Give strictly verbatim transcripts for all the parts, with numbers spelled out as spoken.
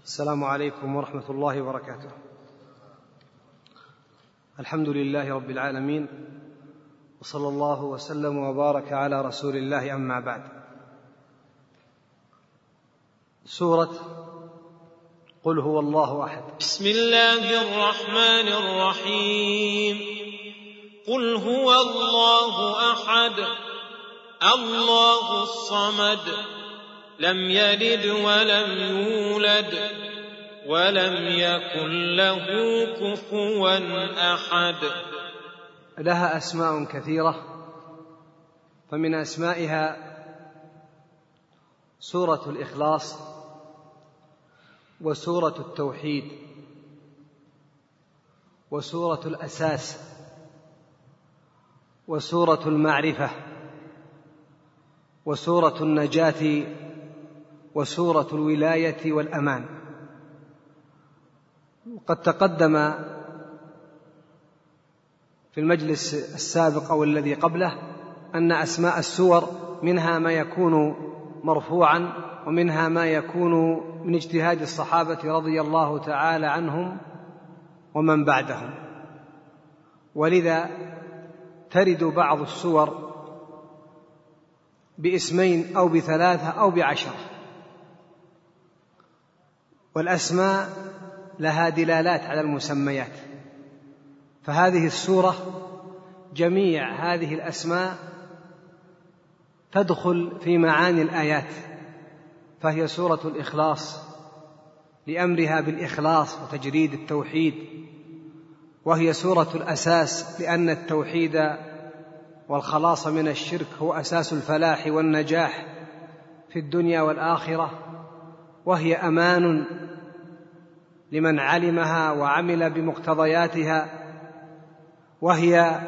السلام عليكم ورحمة الله وبركاته. الحمد لله رب العالمين، وصلى الله وسلم وبارك على رسول الله، أما بعد. سورة قل هو الله أحد. بسم الله الرحمن الرحيم. قل هو الله أحد الله الصمد لم يلد ولم يولد ولم يكن له كفوا أحد. لها أسماء كثيرة، فمن أسمائها سورة الإخلاص، وسورة التوحيد، وسورة الأساس، وسورة المعرفة، وسورة النجاة، وسورة الولاية والأمان. وقد تقدم في المجلس السابق أو الذي قبله أن أسماء السور منها ما يكون مرفوعا، ومنها ما يكون من اجتهاد الصحابة رضي الله تعالى عنهم ومن بعدهم، ولذا ترد بعض السور باسمين أو بثلاثة أو بعشرة. والأسماء لها دلالات على المسميات، فهذه السورة جميع هذه الأسماء تدخل في معاني الآيات، فهي سورة الإخلاص لأمرها بالإخلاص وتجريد التوحيد، وهي سورة الأساس لأن التوحيد والخلاص من الشرك هو أساس الفلاح والنجاح في الدنيا والآخرة، وهي أمان لمن علمها وعمل بمقتضياتها، وهي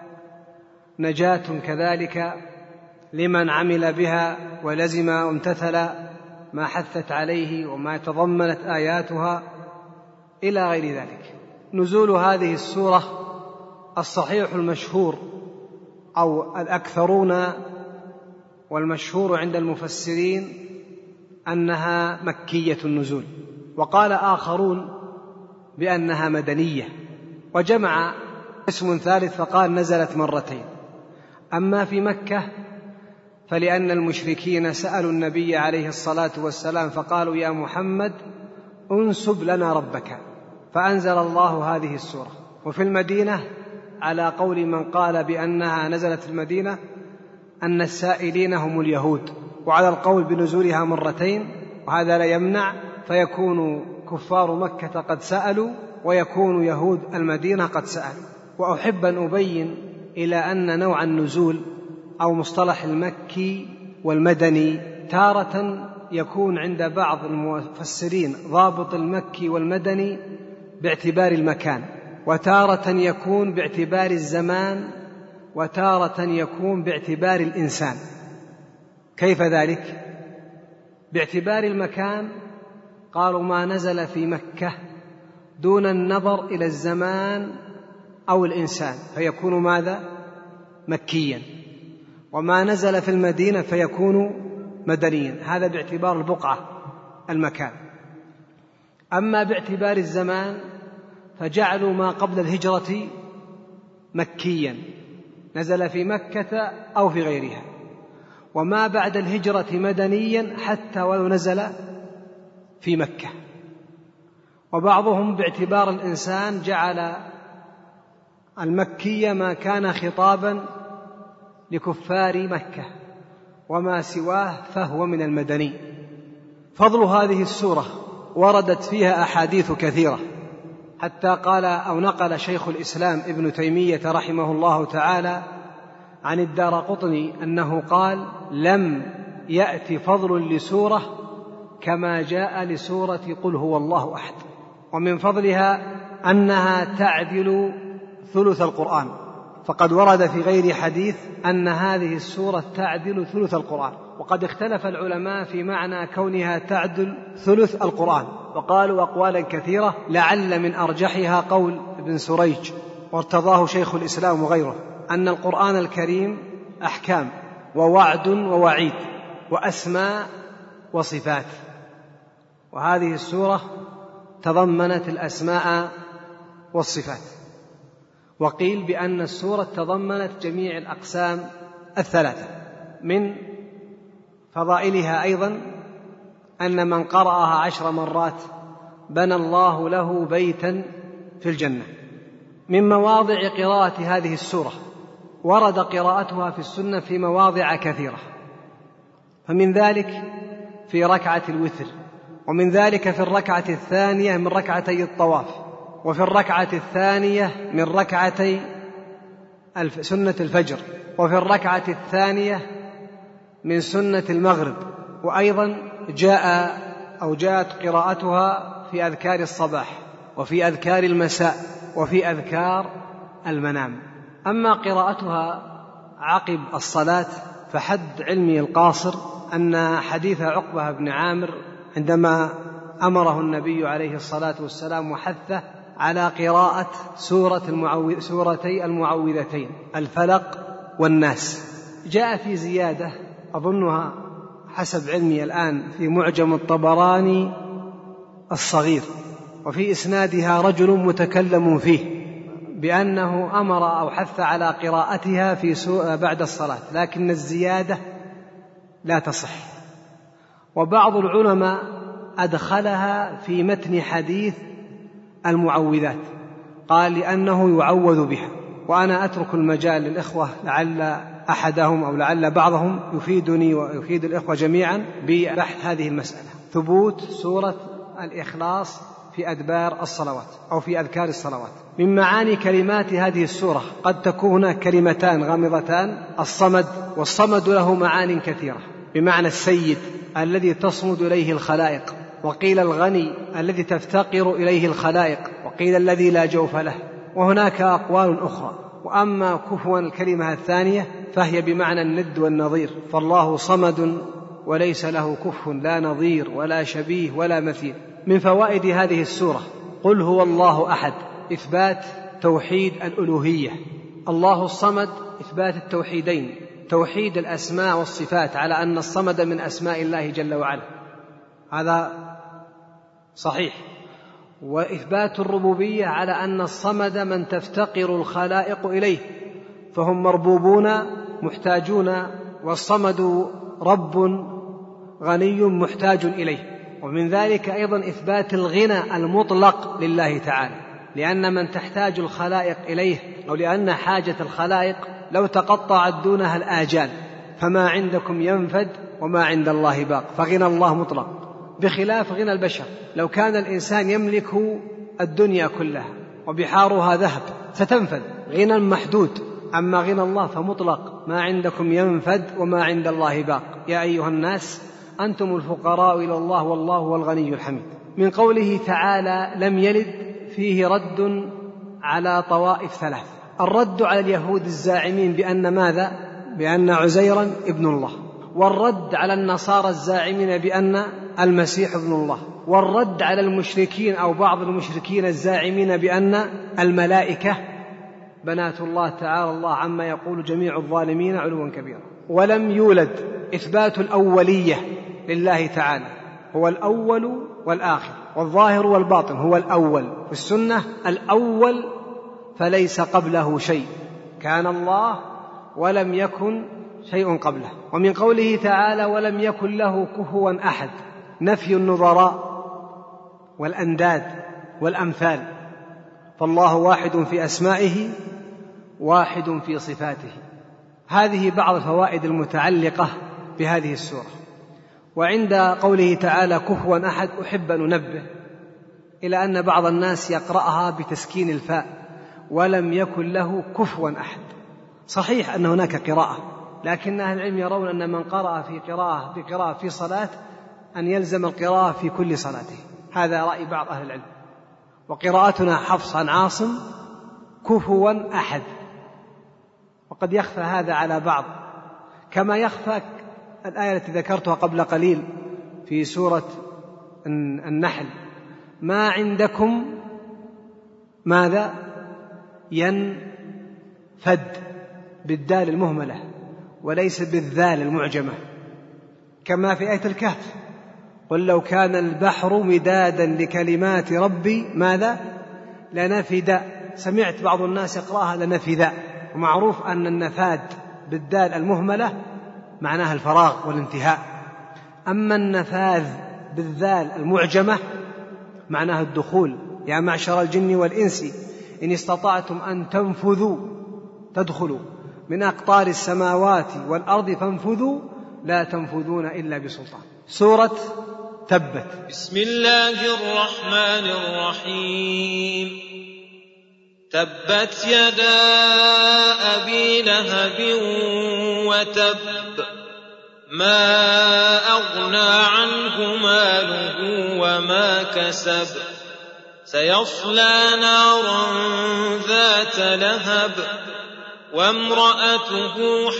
نجاة كذلك لمن عمل بها ولزم وامتثل ما حثت عليه وما تضمنت آياتها إلى غير ذلك. نزول هذه السورة الصحيح المشهور أو الأكثرون والمشهور عند المفسرين أنها مكية النزول، وقال آخرون بأنها مدنية، وجمع اسم ثالث فقال نزلت مرتين. أما في مكة فلأن المشركين سألوا النبي عليه الصلاة والسلام فقالوا يا محمد انسب لنا ربك، فأنزل الله هذه السورة. وفي المدينة على قول من قال بأنها نزلت في المدينة أن السائلين هم اليهود، وعلى القول بنزولها مرتين، وهذا لا يمنع، فيكون كفار مكة قد سألوا ويكون يهود المدينة قد سألوا. وأحب أن أبين إلى أن نوع النزول أو مصطلح المكي والمدني تارة يكون عند بعض المفسرين ضابط المكي والمدني باعتبار المكان، وتارة يكون باعتبار الزمان، وتارة يكون باعتبار الإنسان. كيف ذلك؟ باعتبار المكان قالوا ما نزل في مكة دون النظر إلى الزمان أو الإنسان فيكون ماذا؟ مكيا. وما نزل في المدينة فيكون مدنيا، هذا باعتبار البقعة المكان. أما باعتبار الزمان فجعلوا ما قبل الهجرة مكيا نزل في مكة أو في غيرها، وما بعد الهجرة مدنيا حتى ولو نزل في مكة. وبعضهم باعتبار الإنسان جعل المكي ما كان خطابا لكفار مكة، وما سواه فهو من المدني. فضل هذه السورة وردت فيها أحاديث كثيرة، حتى قال أو نقل شيخ الإسلام ابن تيمية رحمه الله تعالى عن الدارقطني أنه قال لم يأتي فضل لسورة كما جاء لسورة قل هو الله أحد. ومن فضلها أنها تعدل ثلث القرآن، فقد ورد في غير حديث أن هذه السورة تعدل ثلث القرآن، وقد اختلف العلماء في معنى كونها تعدل ثلث القرآن، وقالوا أقوالا كثيرة، لعل من أرجحها قول ابن سريج وارتضاه شيخ الإسلام وغيره، أن القرآن الكريم أحكام ووعد ووعيد وأسماء وصفات، وهذه السورة تضمنت الأسماء والصفات. وقيل بأن السورة تضمنت جميع الأقسام الثلاثة. من فضائلها أيضا أن من قرأها عشر مرات بنى الله له بيتا في الجنة. من مواضع قراءة هذه السورة ورد قراءتها في السنة في مواضع كثيرة، فمن ذلك في ركعة الوتر، ومن ذلك في الركعة الثانية من ركعتي الطواف، وفي الركعة الثانية من ركعتي سنة الفجر، وفي الركعة الثانية من سنة المغرب. وأيضا جاء أو جاءت قراءتها في أذكار الصباح وفي أذكار المساء وفي أذكار المنام. أما قراءتها عقب الصلاة فحد علمي القاصر أن حديث عقبة بن عامر عندما أمره النبي عليه الصلاة والسلام وحثه على قراءة سورة المعوذ سورتي المعوذتين الفلق والناس، جاء في زيادة أظنها حسب علمي الآن في معجم الطبراني الصغير، وفي إسنادها رجل متكلم فيه بأنه أمر أو حث على قراءتها في بعد الصلاة، لكن الزيادة لا تصح. وبعض العلماء أدخلها في متن حديث المعوذات، قال لأنه يعوذ بها. وأنا أترك المجال للإخوة لعل أحدهم أو لعل بعضهم يفيدني ويفيد الإخوة جميعا ببحث هذه المسألة، ثبوت سورة الإخلاص في أدبار الصلوات أو في أذكار الصلوات. من معاني كلمات هذه السورة قد تكون كلمتان غامضتان: الصمد، والصمد له معان كثيرة، بمعنى السيد الذي تصمد إليه الخلائق، وقيل الغني الذي تفتقر إليه الخلائق، وقيل الذي لا جوف له، وهناك أقوال أخرى. وأما كفوا الكلمة الثانية فهي بمعنى الند والنظير، فالله صمد وليس له كف لا نظير ولا شبيه ولا مثيل. من فوائد هذه السورة: قل هو الله أحد، إثبات توحيد الألوهية. الله الصمد، إثبات التوحيدين، توحيد الأسماء والصفات على أن الصمد من أسماء الله جل وعلا، هذا صحيح. وإثبات الربوبية على أن الصمد من تفتقر الخلائق إليه، فهم مربوبون محتاجون، والصمد رب غني محتاج إليه. ومن ذلك أيضا إثبات الغنى المطلق لله تعالى، لأن من تحتاج الخلائق إليه أو لأن حاجة الخلائق لو تقطعت دونها الآجال، فما عندكم ينفد وما عند الله باق، فغنى الله مطلق، بخلاف غنى البشر. لو كان الإنسان يملك الدنيا كلها وبحارها ذهب ستنفد، غنى محدود. أما غنى الله فمطلق، ما عندكم ينفد وما عند الله باق. يا أيها الناس أنتم الفقراء إلى الله والله هو الغني الحميد. من قوله تعالى لم يلد فيه رد على طوائف ثلاث: الرد على اليهود الزاعمين بأن ماذا؟ بأن عزيرا ابن الله، والرد على النصارى الزاعمين بأن المسيح ابن الله، والرد على المشركين أو بعض المشركين الزاعمين بأن الملائكة بنات الله تعالى الله عما يقول جميع الظالمين علوا كبيرا. ولم يولد، إثبات الأولية لله تعالى، هو الأول والآخر والظاهر والباطن، هو الأول في السنة الأول فليس قبله شيء، كان الله ولم يكن شيء قبله. ومن قوله تعالى ولم يكن له كفوا أحد، نفي النظراء والأنداد والأمثال، فالله واحد في أسمائه واحد في صفاته. هذه بعض الفوائد المتعلقة بهذه السورة. وعند قوله تعالى كفوا أحد أحب أن ننبه إلى أن بعض الناس يقرأها بتسكين الفاء، ولم يكن له كفوا أحد. صحيح أن هناك قراءة، لكن أهل العلم يرون أن من قرأ في قراءة بقراءة في صلاة أن يلزم القراءة في كل صلاته، هذا رأي بعض أهل العلم. وقراءتنا حفص عن عاصم كفوا أحد، وقد يخفى هذا على بعض، كما يخفى الآية التي ذكرتها قبل قليل في سورة النحل: ما عندكم ماذا ينفد، بالدال المهملة وليس بالذال المعجمة، كما في آية الكهف: قل لو كان البحر مدادا لكلمات ربي ماذا لنفد. سمعت بعض الناس يقرأها لنفد، ومعروف أن النفاد بالدال المهملة معناها الفراغ والانتهاء، أما النفاذ بالذال المعجمة معناها الدخول. يا معشر الجن والإنس إن استطعتم أن تنفذوا تدخلوا من أقطار السماوات والأرض فانفذوا لا تنفذون إلا بسلطان. سورة تبت. بسم الله الرحمن الرحيم. تبت يدا أبي لهب وتب ما أغنى عنه ماله وما كسب سيصلى نارا ذات لهب وامرأته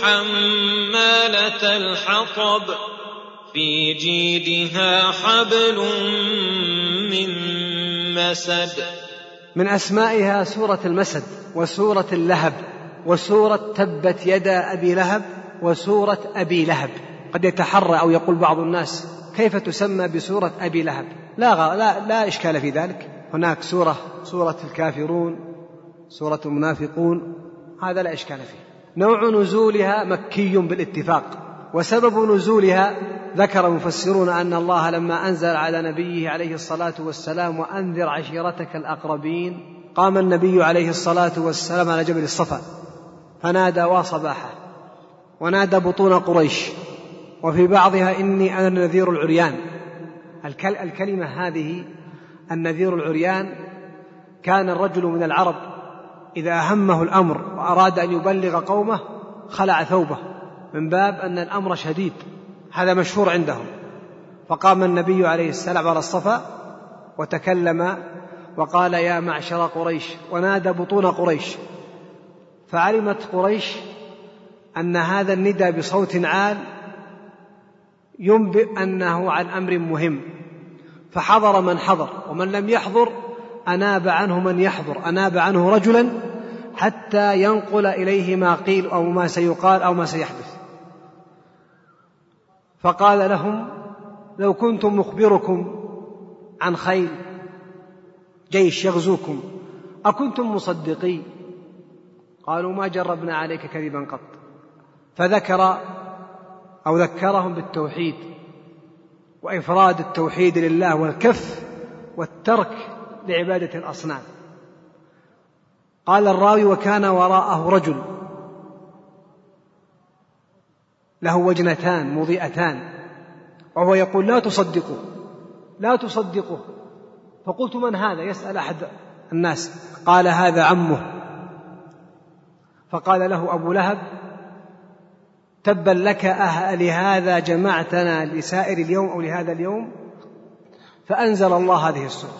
حمالة الحطب في جيدها حبل من مسد. من أسمائها سورة المسد وسورة اللهب وسورة تبت يدا أبي لهب وسورة أبي لهب. قد يتحرى أو يقول بعض الناس كيف تسمى بسورة أبي لهب؟ لا, لا, لا إشكال في ذلك. هناك سورة سورة الكافرون، سورة المنافقون، هذا لا إشكال فيه. نوع نزولها مكي بالاتفاق، وسبب نزولها ذكر المفسرون أن الله لما أنزل على نبيه عليه الصلاة والسلام وأنذر عشيرتك الأقربين، قام النبي عليه الصلاة والسلام على جبل الصفا فنادى وصباحا ونادى بطون قريش، وفي بعضها إني أنا النذير العريان. الكلمة هذه النذير العريان كان الرجل من العرب إذا أهمه الأمر وأراد أن يبلغ قومه خلع ثوبه من باب أن الأمر شديد، هذا مشهور عندهم. فقام النبي عليه السلام على الصفا وتكلم وقال يا معشر قريش، ونادى بطون قريش، فعلمت قريش أن هذا الندى بصوت عال ينبئ أنه عن أمر مهم، فحضر من حضر، ومن لم يحضر أناب عنه من يحضر، أناب عنه رجلا حتى ينقل إليه ما قيل أو ما سيقال أو ما سيحدث. فقال لهم لو كنتم مخبركم عن خيل جيش يغزوكم أكنتم مصدقين؟ قالوا ما جربنا عليك كذبا قط. فذكر أو ذكرهم بالتوحيد وإفراد التوحيد لله والكف والترك لعبادة الأصنام. قال الراوي وكان وراءه رجل له وجنتان مضيئتان وهو يقول لا تصدقوا لا تصدقوا. فقلت من هذا؟ يسأل أحد الناس، قال هذا عمه. فقال له أبو لهب تبا لك لهذا جمعتنا لسائر اليوم أو لهذا اليوم. فأنزل الله هذه السورة.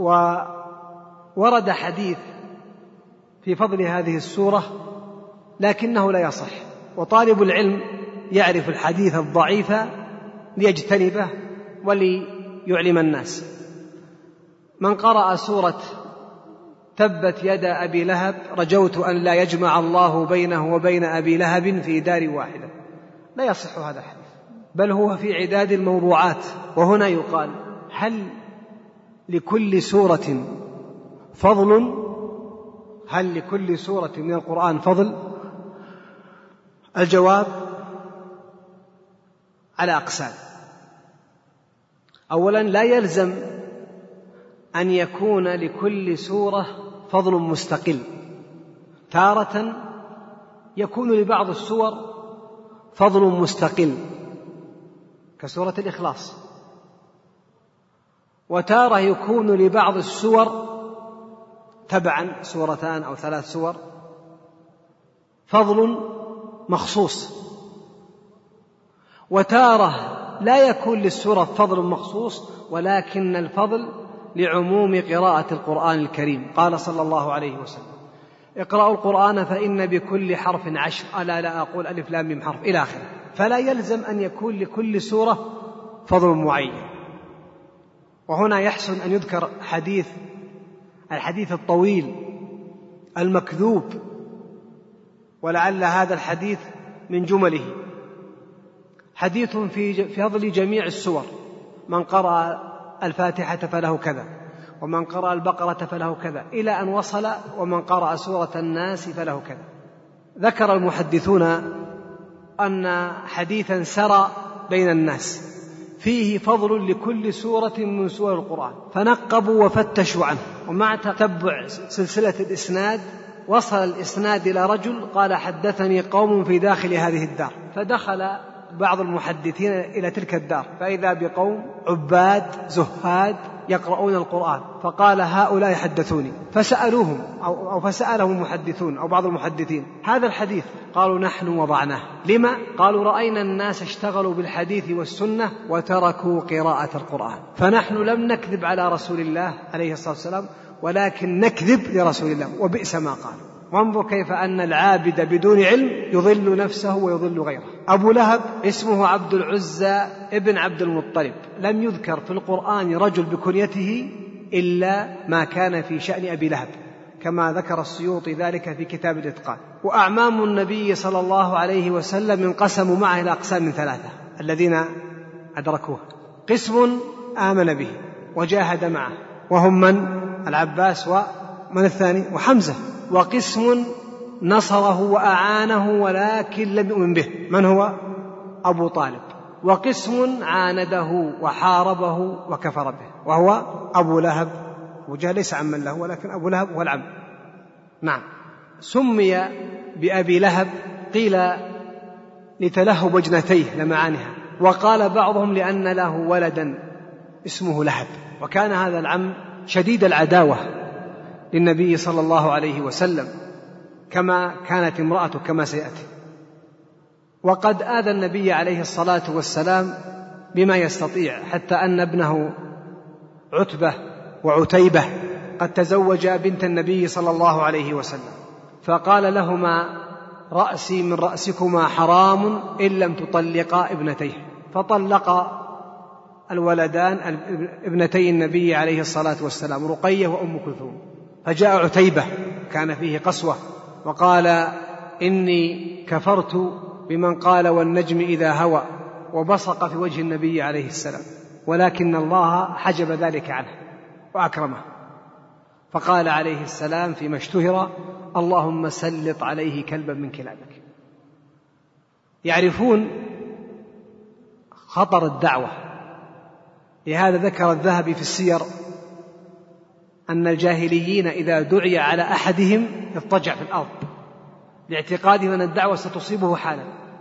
وورد حديث في فضل هذه السورة لكنه لا يصح، وطالب العلم يعرف الحديث الضعيف ليجتنبه وليعلم الناس. من قرأ سورة تبت يدا أبي لهب رجوت أن لا يجمع الله بينه وبين أبي لهب في دار واحدة، لا يصح هذا الحديث، بل هو في عداد الموضوعات. وهنا يقال هل لكل سورة فضل؟ هل لكل سورة من القرآن فضل؟ الجواب على أقسام. أولا لا يلزم أن يكون لكل سورة فضل مستقل، تارة يكون لبعض السور فضل مستقل كسورة الإخلاص، وتارة يكون لبعض السور تبعا سورتان أو ثلاث سور فضل مخصوص، وتارة لا يكون للسورة فضل مخصوص ولكن الفضل لعموم قراءة القرآن الكريم. قال صلى الله عليه وسلم اقرأوا القرآن فإن بكل حرف عشر، ألا لا أقول ألف لام ميم حرف إلى آخره. فلا يلزم أن يكون لكل سورة فضل معين. وهنا يحسن أن يذكر حديث الحديث الطويل المكذوب، ولعل هذا الحديث من جمله، حديث في فضل جميع السور من قرأ الفاتحة فله كذا، ومن قرأ البقرة فله كذا، إلى أن وصل ومن قرأ سورة الناس فله كذا. ذكر المحدثون أن حديثا سرى بين الناس فيه فضل لكل سورة من سور القرآن، فنقبوا وفتشوا عنه، ومع تتبع سلسلة الإسناد وصل الإسناد إلى رجل قال حدثني قوم في داخل هذه الدار، فدخل بعض المحدثين إلى تلك الدار فإذا بقوم عباد زهاد يقرؤون القرآن، فقال هؤلاء حدثوني، فسألوهم أو, أو فسألهم المحدثون أو بعض المحدثين هذا الحديث، قالوا نحن وضعناه. لما؟ قالوا رأينا الناس اشتغلوا بالحديث والسنة وتركوا قراءة القرآن، فنحن لم نكذب على رسول الله عليه الصلاة والسلام ولكن نكذب لرسول الله، وبئس ما قال. وانظر كيف أن العابد بدون علم يضل نفسه ويضل غيره. أبو لهب اسمه عبد العزى ابن عبد المطلب، لم يذكر في القرآن رجل بكنيته إلا ما كان في شأن أبي لهب، كما ذكر السيوطي ذلك في كتاب الإتقان. وأعمام النبي صلى الله عليه وسلم انقسموا معه إلى أقسام ثلاثة الذين أدركوه: قسم آمن به وجاهد معه وهم من؟ العباس ومن الثاني؟ وحمزة. وقسم نصره وأعانه ولكن لم يؤمن به، من هو؟ أبو طالب. وقسم عانده وحاربه وكفر به، وهو أبو لهب. أبو جهل ليس عما له ولكن أبو لهب هو العم. نعم. سمي بأبي لهب قيل لتلهب وجنتيه لمعانها، وقال بعضهم لأن له ولدا اسمه لهب. وكان هذا العم شديد العداوة للنبي صلى الله عليه وسلم كما كانت امرأته كما سيأتي، وقد آذى النبي عليه الصلاة والسلام بما يستطيع، حتى أن ابنه عتبة وعتيبة قد تزوجا بنت النبي صلى الله عليه وسلم، فقال لهما رأسي من رأسكما حرام إن لم تطلقا ابنتيه، فطلق الولدان ابنتي النبي عليه الصلاة والسلام رقية وأم كلثوم. فجاء عتيبة كان فيه قسوة وقال إني كفرت بمن قال والنجم إذا هوى، وبصق في وجه النبي عليه السلام، ولكن الله حجب ذلك عنه وأكرمه، فقال عليه السلام فيما اشتهر اللهم سلط عليه كلبا من كلابك. يعرفون خطر الدعوة، لهذا ذكر الذهبي في السير أن الجاهليين إذا دعي على أحدهم اضطجع في الأرض لاعتقادهم أن الدعوة ستصيبه حالا،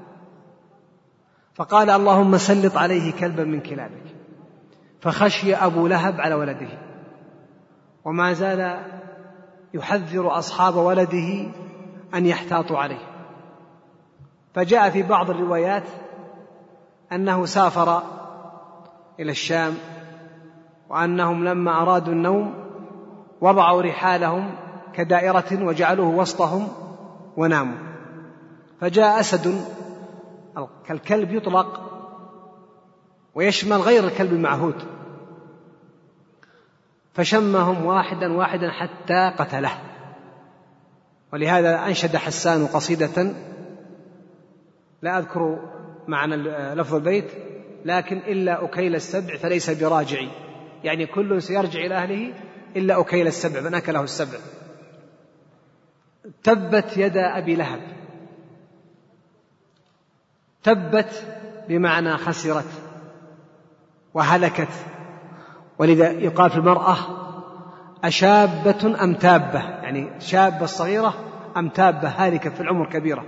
فقال اللهم سلط عليه كلبا من كلابك، فخشي أبو لهب على ولده، وما زال يحذر أصحاب ولده أن يحتاطوا عليه. فجاء في بعض الروايات أنه سافر إلى الشام، وأنهم لما أرادوا النوم وضعوا رحالهم كدائرة وجعلوه وسطهم وناموا، فجاء أسد كالكلب يطلق ويشمل غير الكلب المعهود، فشمهم واحدا واحدا حتى قتله. ولهذا أنشد حسان قصيدة لا أذكر معنى لفظ البيت، لكن إلا أكيل السبع فليس براجعي، يعني كل سيرجع إلى أهله إلا أكيل السبع من أكله السبع. تبت يد أبي لهب، تبت بمعنى خسرت وهلكت، ولذا يقال في المرأة أشابة أم تابة، يعني شابة صغيرة أم تابة هالكة في العمر كبيرة.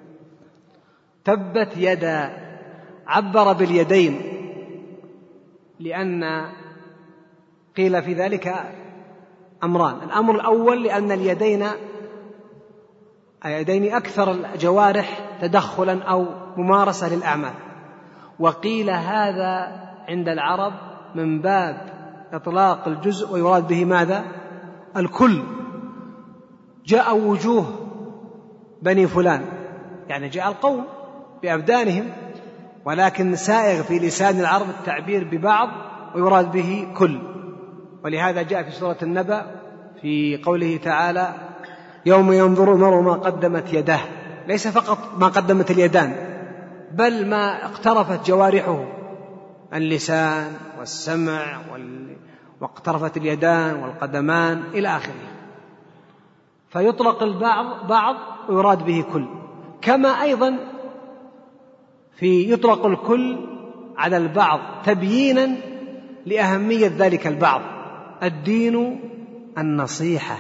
تبت يدا، عبر باليدين لأن قيل في ذلك أمران: الأمر الأول لأن اليدين اليدين أكثر الجوارح تدخلا أو ممارسة للأعمال، وقيل هذا عند العرب من باب إطلاق الجزء ويراد به ماذا؟ الكل. جاء وجوه بني فلان، يعني جاء القوم بأبدانهم، ولكن سائغ في لسان العرب التعبير ببعض ويراد به كل. ولهذا جاء في سورة النبأ في قوله تعالى يوم ينظر المرء ما قدمت يداه، ليس فقط ما قدمت اليدان بل ما اقترفت جوارحه، اللسان والسمع واقترفت اليدان والقدمان إلى آخره. فيطلق البعض بعض ويراد به كل، كما أيضا في يطلق الكل على البعض تبيينا لأهمية ذلك البعض. الدين النصيحة،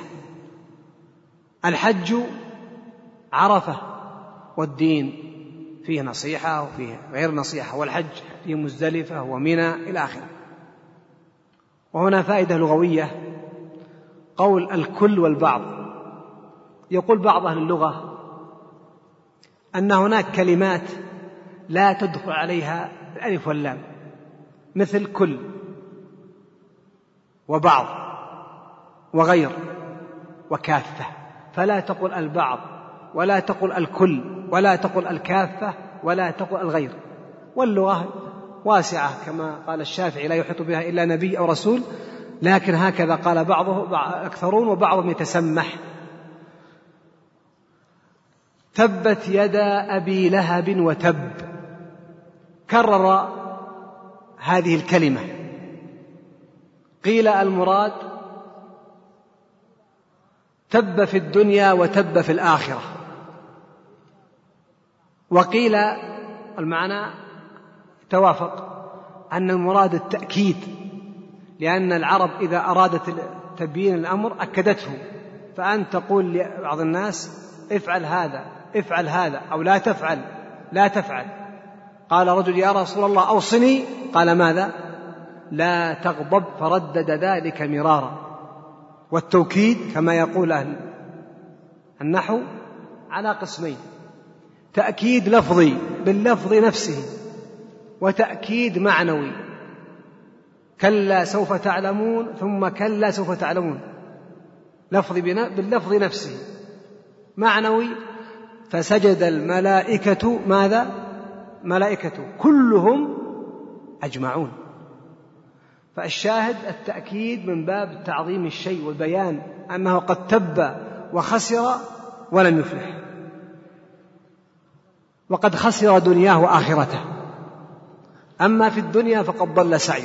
الحج عرفة، والدين فيه نصيحة وفيه غير نصيحة، والحج فيه مزدلفة ومنى إلى آخره. وهنا فائدة لغوية، قول الكل والبعض. يقول بعض أهل اللغة أن هناك كلمات لا تدخل عليها الألف واللام، مثل كل وبعض وغير وكافة، فلا تقل البعض ولا تقل الكل ولا تقل الكافة ولا تقل الغير. واللغة واسعة كما قال الشافعي: لا يحيط بها إلا نبي أو رسول، لكن هكذا قال بعضه أكثرون وبعضهم يتسمح. تبت يدا أبي لهب وتب، كرر هذه الكلمة. قيل المراد تب في الدنيا وتب في الآخرة، وقيل المعنى توافق أن المراد التأكيد، لأن العرب إذا أرادت تبيين الأمر أكدته. فأنت تقول لبعض الناس: افعل هذا افعل هذا، أو لا تفعل لا تفعل. قال رجل: يا رسول الله أوصني. قال: ماذا؟ لا تغضب، فردد ذلك مرارا. والتوكيد كما يقول أهل النحو على قسمين: تأكيد لفظي باللفظ نفسه، وتأكيد معنوي، كلا سوف تعلمون ثم كلا سوف تعلمون، لفظي باللفظ نفسه. معنوي: فسجد الملائكة ماذا؟ ملائكة كلهم أجمعون. فالشاهد التأكيد من باب تعظيم الشيء والبيان أنه قد تب وخسر ولم يفلح، وقد خسر دنياه وآخرته. أما في الدنيا فقد ضل سعيه،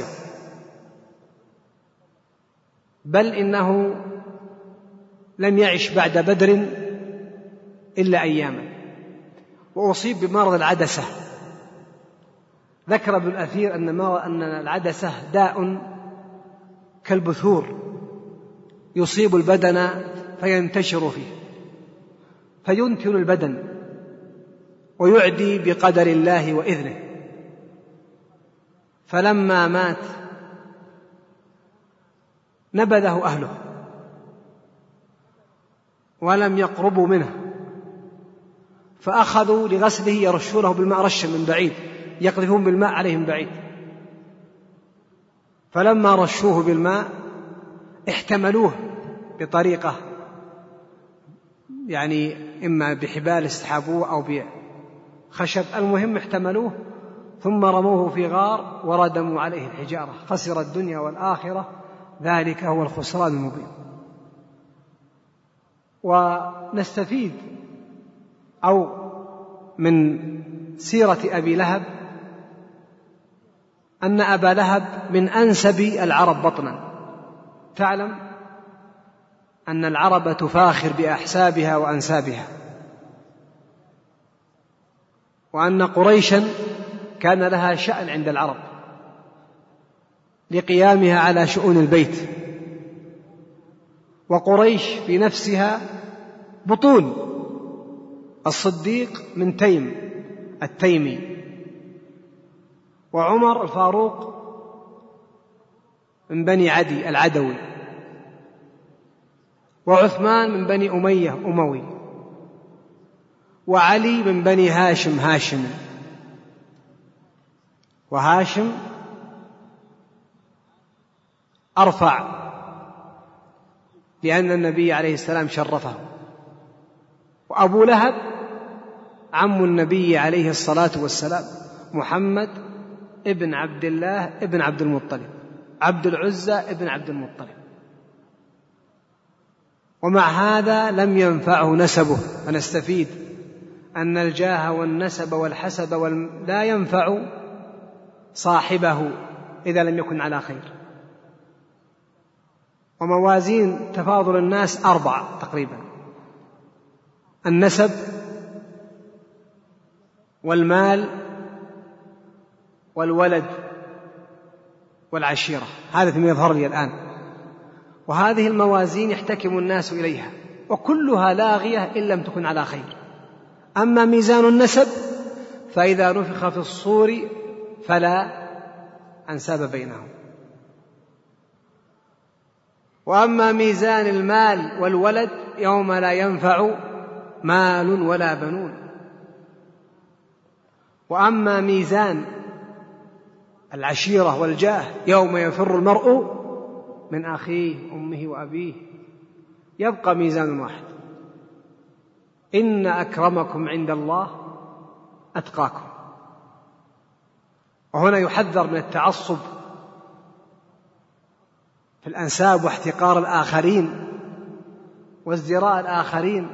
بل إنه لم يعش بعد بدر إلا أياما، وأصيب بمرض العدسة. ذكر ابن الأثير أن العدسة داء كالبثور يصيب البدن فينتشر فيه، فينتن البدن ويعدي بقدر الله وإذنه. فلما مات نبذه أهله ولم يقربوا منه، فأخذوا لغسله يرشونه بالماء رشا من بعيد، يقذفون بالماء عليه من بعيد. فلما رشوه بالماء احتملوه بطريقة، يعني إما بحبال استحابوه أو بخشب، المهم احتملوه، ثم رموه في غار وردموا عليه الحجارة. خسر الدنيا والآخرة، ذلك هو الخسران المبين. ونستفيد أو من سيرة أبي لهب أن أبا لهب من أنسب العرب بطنا. تعلم أن العرب تفاخر بأحسابها وأنسابها، وأن قريشا كان لها شأن عند العرب لقيامها على شؤون البيت، وقريش في نفسها بطون. الصديق من تيم التيمي، وعمر الفاروق من بني عدي العدوي، وعثمان من بني أمية أموي، وعلي من بني هاشم هاشم. وهاشم أرفع لأن النبي عليه السلام شرفه. وأبو لهب عم النبي عليه الصلاة والسلام، محمد ابن عبد الله ابن عبد المطلب، عبد العزى ابن عبد المطلب. ومع هذا لم ينفعه نسبه. فنستفيد أن الجاه والنسب والحسب لا ينفع صاحبه إذا لم يكن على خير. وموازين تفاضل الناس أربع تقريبا: النسب والمال والولد والعشيرة. هذا فيما يظهر لي الآن. وهذه الموازين يحتكم الناس إليها، وكلها لاغية إن لم تكن على خير. أما ميزان النسب فإذا نفخ في الصور فلا أنساب بينهم. وأما ميزان المال والولد يوم لا ينفع مال ولا بنون. وأما ميزان العشيرة والجاه يوم يفر المرء من أخيه أمه وأبيه. يبقى ميزان واحد: إن أكرمكم عند الله أتقاكم. وهنا يحذر من التعصب في الأنساب واحتقار الآخرين وازدراء الآخرين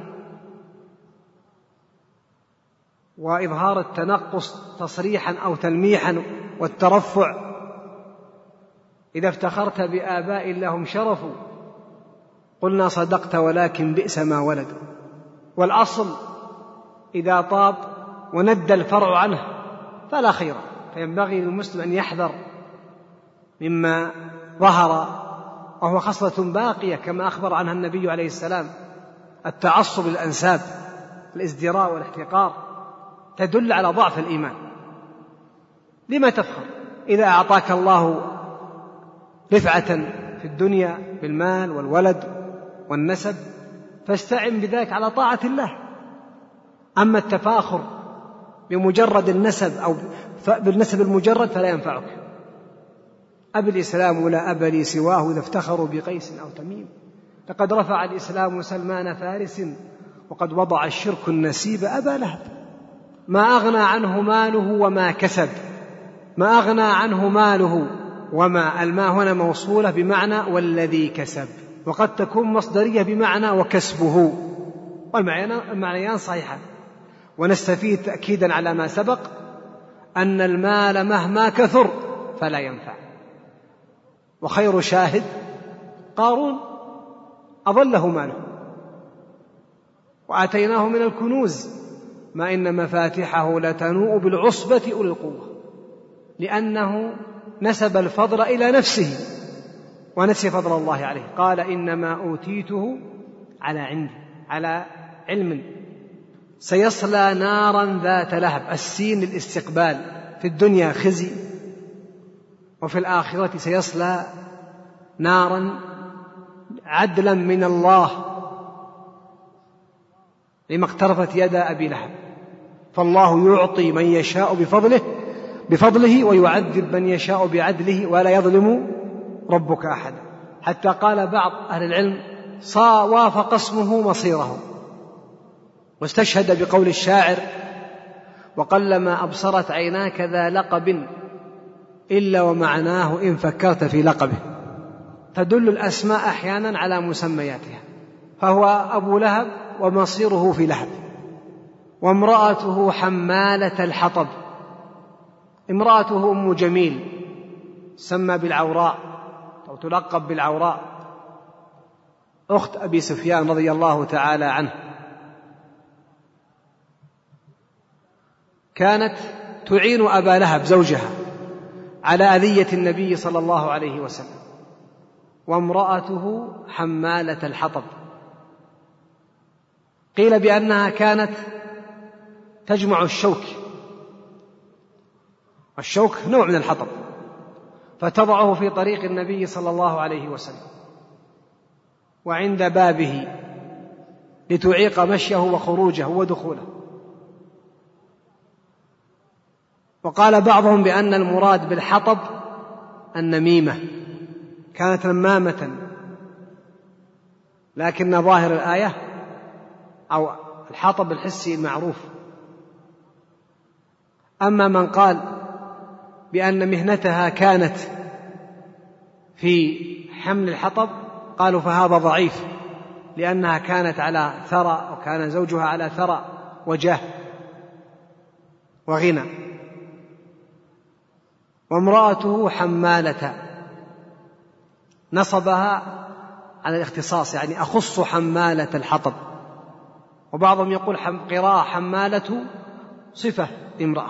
وإظهار التنقص تصريحا أو تلميحا والترفع. إذا افتخرت بآباء لهم شرف قلنا صدقت ولكن بئس ما ولد. والأصل إذا طاب وند الفرع عنه فلا خير. فينبغي للمسلم أن يحذر مما ظهر، وهو خصلة باقية كما أخبر عنها النبي عليه السلام: التعصب للأنساب، الازدراء والاحتقار، تدل على ضعف الإيمان. لما تفخر إذا أعطاك الله رفعة في الدنيا بالمال والولد والنسب؟ فاستعن بذلك على طاعة الله. أما التفاخر بمجرد النسب أو بالنسب المجرد فلا ينفعك. أبي الإسلام لا أبا لي سواه إذا افتخروا بقيس أو تميم. لقد رفع الإسلام سلمان فارس وقد وضع الشرك النسيب أبا لهب. ما أغنى عنه ماله وما كسب. ما أغنى عنه ماله وما، الماء هنا موصولة بمعنى والذي كسب، وقد تكون مصدرية بمعنى وكسبه، والمعنيان صحيحان. ونستفيد تأكيدا على ما سبق أن المال مهما كثر فلا ينفع. وخير شاهد قارون أضله ماله، وآتيناه من الكنوز ما إن مفاتحه لتنوء بالعصبة أولي القوة، لأنه نسب الفضل إلى نفسه ونسي فضل الله عليه. قال إنما أوتيته على عندي، على علم. سيصلى نارا ذات لهب، السين للاستقبال، في الدنيا خزي وفي الآخرة سيصلى نارا عدلا من الله لما اقترفت يد أبي لهب. فالله يعطي من يشاء بفضله بفضله ويعذب من يشاء بعدله ولا يظلم ربك أحد. حتى قال بعض أهل العلم: صا وافق اسمه مصيره. واستشهد بقول الشاعر: وقلما أبصرت عيناك ذا لقب إلا ومعناه إن فكرت في لقبه. تدل الأسماء أحيانا على مسمياتها. فهو أبو لهب ومصيره في لهب. وامرأته حمالة الحطب. امرأته أم جميل سمى بالعوراء أو تلقب بالعوراء، أخت أبي سفيان رضي الله تعالى عنه. كانت تعين أبا لهب زوجها على أذية النبي صلى الله عليه وسلم. وامرأته حمالة الحطب. قيل بأنها كانت تجمع الشوك، والشوك نوع من الحطب، فتضعه في طريق النبي صلى الله عليه وسلم وعند بابه لتعيق مشيه وخروجه ودخوله. وقال بعضهم بأن المراد بالحطب النميمة، كانت نمامة، لكن ظاهر الآية أو الحطب الحسي المعروف. أما من قال بأن مهنتها كانت في حمل الحطب قالوا فهذا ضعيف، لأنها كانت على ثرى وكان زوجها على ثرى وجاه وغنى. وامرأته حمالة، نصبها على الاختصاص، يعني أخص حمالة الحطب. وبعضهم يقول قراءة حمالة صفة امرأة.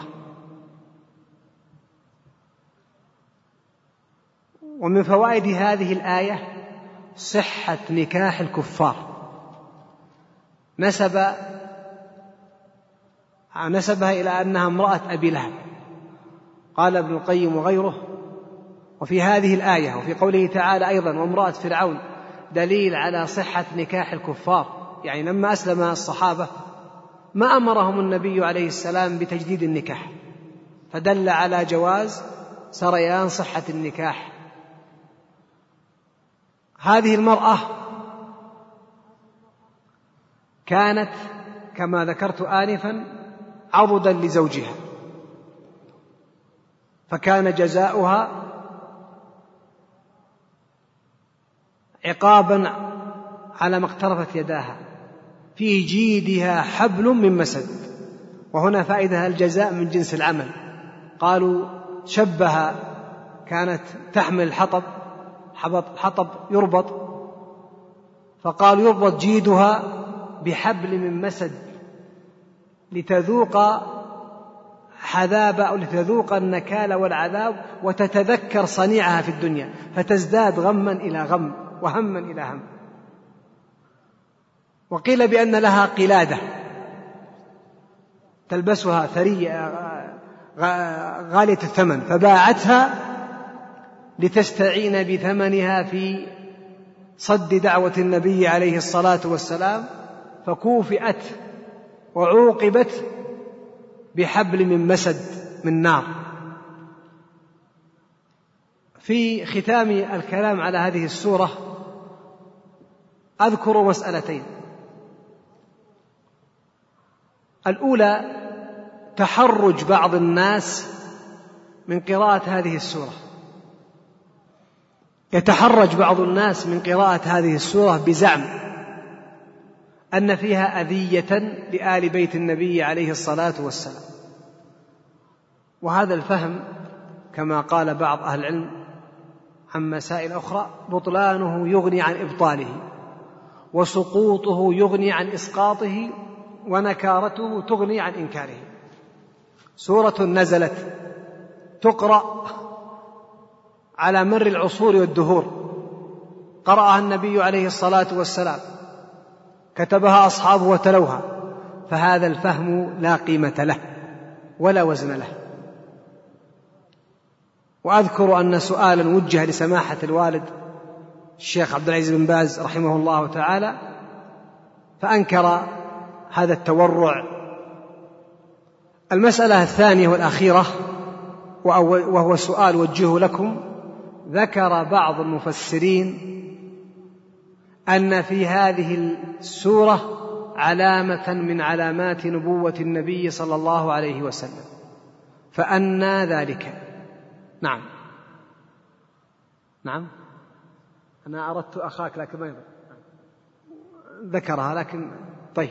ومن فوائد هذه الآية صحة نكاح الكفار. نسب نسبها إلى أنها امرأة أبي لهب. قال ابن القيم وغيره: وفي هذه الآية وفي قوله تعالى أيضا وامرأة فرعون دليل على صحة نكاح الكفار. يعني لما أسلم الصحابة ما أمرهم النبي عليه السلام بتجديد النكاح، فدل على جواز سريان صحة النكاح. هذه المرأة كانت كما ذكرت آنفا عضدا لزوجها، فكان جزاؤها عقابا على ما اقترفت يداها. في جيدها حبل من مسد. وهنا فائدة الجزاء من جنس العمل. قالوا شبه، كانت تحمل الحطب، حطب يربط، فقال يربط جيدها بحبل من مسد لتذوق حذاب أو لتذوق النكال والعذاب وتتذكر صنيعها في الدنيا، فتزداد غما إلى غم وهما إلى هم. وقيل بأن لها قلادة تلبسها ثرية غالية الثمن، فباعتها لتستعين بثمنها في صد دعوة النبي عليه الصلاة والسلام، فكوفئت وعوقبت بحبل من مسد من نار. في ختام الكلام على هذه السورة أذكر مسألتين. الأولى تحرج بعض الناس من قراءة هذه السورة. يتحرج بعض الناس من قراءة هذه السورة بزعم أن فيها أذية لآل بيت النبي عليه الصلاة والسلام. وهذا الفهم كما قال بعض أهل العلم عن مسائل أخرى بطلانه يغني عن إبطاله، وسقوطه يغني عن إسقاطه، ونكارته تغني عن إنكاره. سورة نزلت تقرأ على مر العصور والدهور، قرأها النبي عليه الصلاة والسلام، كتبها أصحابه وتلوها، فهذا الفهم لا قيمة له ولا وزن له. وأذكر أن سؤالا وجه لسماحة الوالد الشيخ عبد العزيز بن باز رحمه الله تعالى، فأنكر هذا التورع. المسألة الثانية والأخيرة وهو سؤال وجهه لكم: ذكر بعض المفسرين أن في هذه السورة علامة من علامات نبوة النبي صلى الله عليه وسلم، فأنى ذلك؟ نعم نعم أنا أردت أخاك لكن ما يضر ذكرها، لكن طيب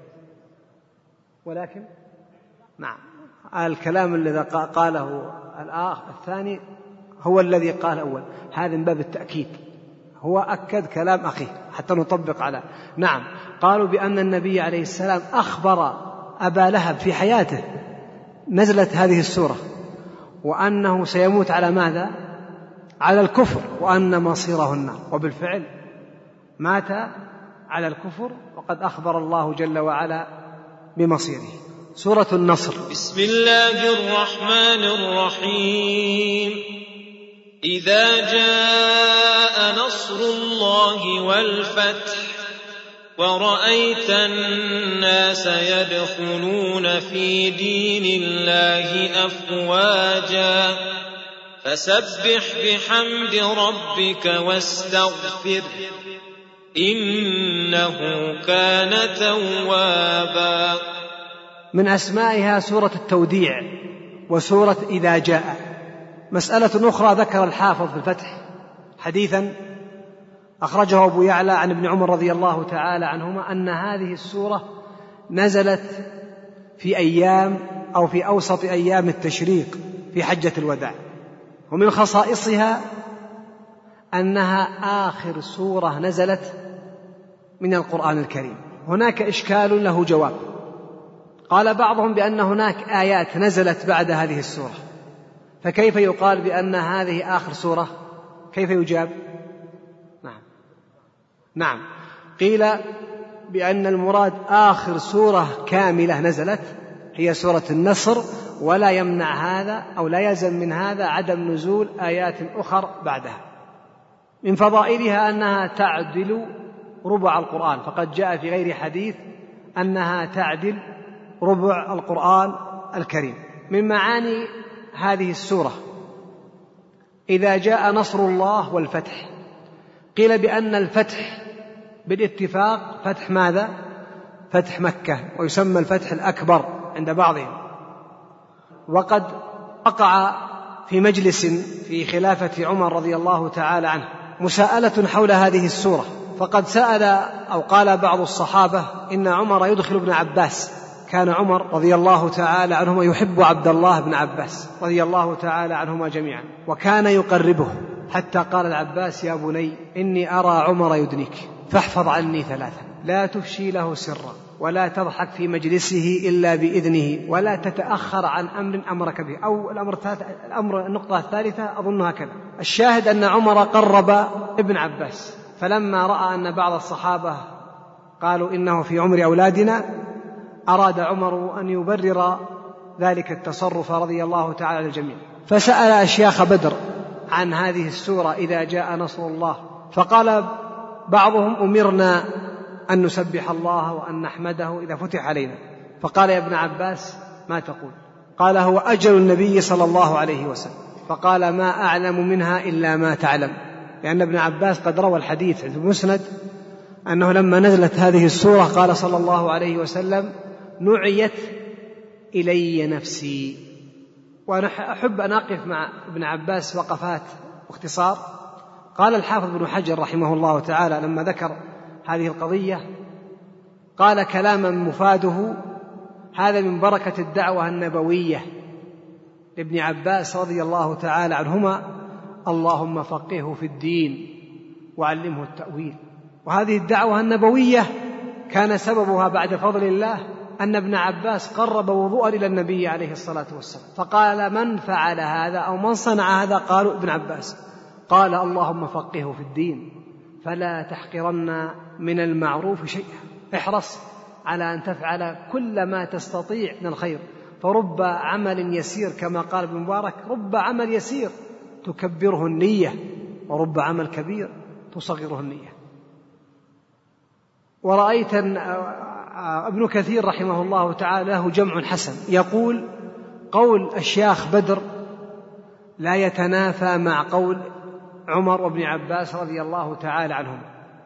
ولكن نعم الكلام الذي قاله الآخ الثاني هو الذي قال أول، هذا من باب التأكيد، هو أكد كلام أخيه حتى نطبق على. نعم قالوا بأن النبي عليه السلام أخبر أبا لهب في حياته نزلت هذه السورة، وأنه سيموت على ماذا؟ على الكفر، وأن مصيره النار، وبالفعل مات على الكفر، وقد أخبر الله جل وعلا بمصيره. سورة النصر. بسم الله الرحمن الرحيم. إذا جاء نصر الله والفتح ورأيت الناس يدخلون في دين الله أفواجا فسبح بحمد ربك واستغفر إنه كان توابا. من أسمائها سورة التوديع وسورة إذا جاء. مسألة أخرى ذكر الحافظ في الفتح حديثا أخرجه أبو يعلى عن ابن عمر رضي الله تعالى عنهما أن هذه السورة نزلت في أيام أو في أوسط أيام التشريق في حجة الوداع، ومن خصائصها أنها آخر سورة نزلت من القرآن الكريم. هناك إشكال له جواب. قال بعضهم بأن هناك آيات نزلت بعد هذه السورة، فكيف يقال بأن هذه آخر سورة؟ كيف يجاب؟ نعم نعم قيل بأن المراد آخر سورة كاملة نزلت هي سورة النصر، ولا يمنع هذا أو لا يلزم من هذا عدم نزول آيات أخر بعدها. من فضائلها أنها تعدل ربع القرآن، فقد جاء في غير حديث أنها تعدل ربع القرآن الكريم. من معاني هذه السورة إذا جاء نصر الله والفتح، قيل بأن الفتح بالاتفاق فتح ماذا؟ فتح مكة، ويسمى الفتح الأكبر عند بعضهم. وقد وقع في مجلس في خلافة عمر رضي الله تعالى عنه مساءلة حول هذه السورة، فقد سأل أو قال بعض الصحابة إن عمر يدخل ابن عباس. كان عمر رضي الله تعالى عنهما يحب عبد الله بن عباس رضي الله تعالى عنهما جميعا، وكان يقربه، حتى قال العباس يا بني إني أرى عمر يدنيك فاحفظ عني ثلاثا: لا تفشي له سرا، ولا تضحك في مجلسه إلا بإذنه، ولا تتأخر عن أمر أمرك به. أو الأمر, الأمر النقطة الثالثة أظنها كذا. الشاهد أن عمر قرب ابن عباس، فلما رأى أن بعض الصحابة قالوا إنه في عمر أولادنا، أراد عمر أن يبرر ذلك التصرف رضي الله تعالى عن الجميع، فسأل أشياخ بدر عن هذه السورة إذا جاء نصر الله، فقال بعضهم أمرنا أن نسبح الله وأن نحمده إذا فتح علينا. فقال يا ابن عباس ما تقول؟ قال هو أجل النبي صلى الله عليه وسلم. فقال ما أعلم منها إلا ما تعلم، لأن ابن عباس قد روى الحديث في المسند أنه لما نزلت هذه السورة قال صلى الله عليه وسلم نعيت إلي نفسي. وأنا أحب أن أقف مع ابن عباس وقفات واختصار. قال الحافظ بن حجر رحمه الله تعالى لما ذكر هذه القضية قال كلاما مفاده: هذا من بركة الدعوة النبوية لابن عباس رضي الله تعالى عنهما، اللهم فقهه في الدين وعلمه التأويل. وهذه الدعوة النبوية كان سببها بعد فضل الله أن ابن عباس قرب وضوءا إلى النبي عليه الصلاة والسلام، فقال من فعل هذا أو من صنع هذا؟ قالوا ابن عباس. قال اللهم فقهه في الدين فلا تحقرن من المعروف شيئا، احرص على أن تفعل كل ما تستطيع من الخير، فرب عمل يسير كما قال ابن مبارك: رب عمل يسير تكبره النية، ورب عمل كبير تصغره النية. ورأيت ابن كثير رحمه الله تعالى له جمع حسن يقول: قول الشيخ بدر لا يتنافى مع قول عمر وابن عباس رضي الله تعالى عنهم،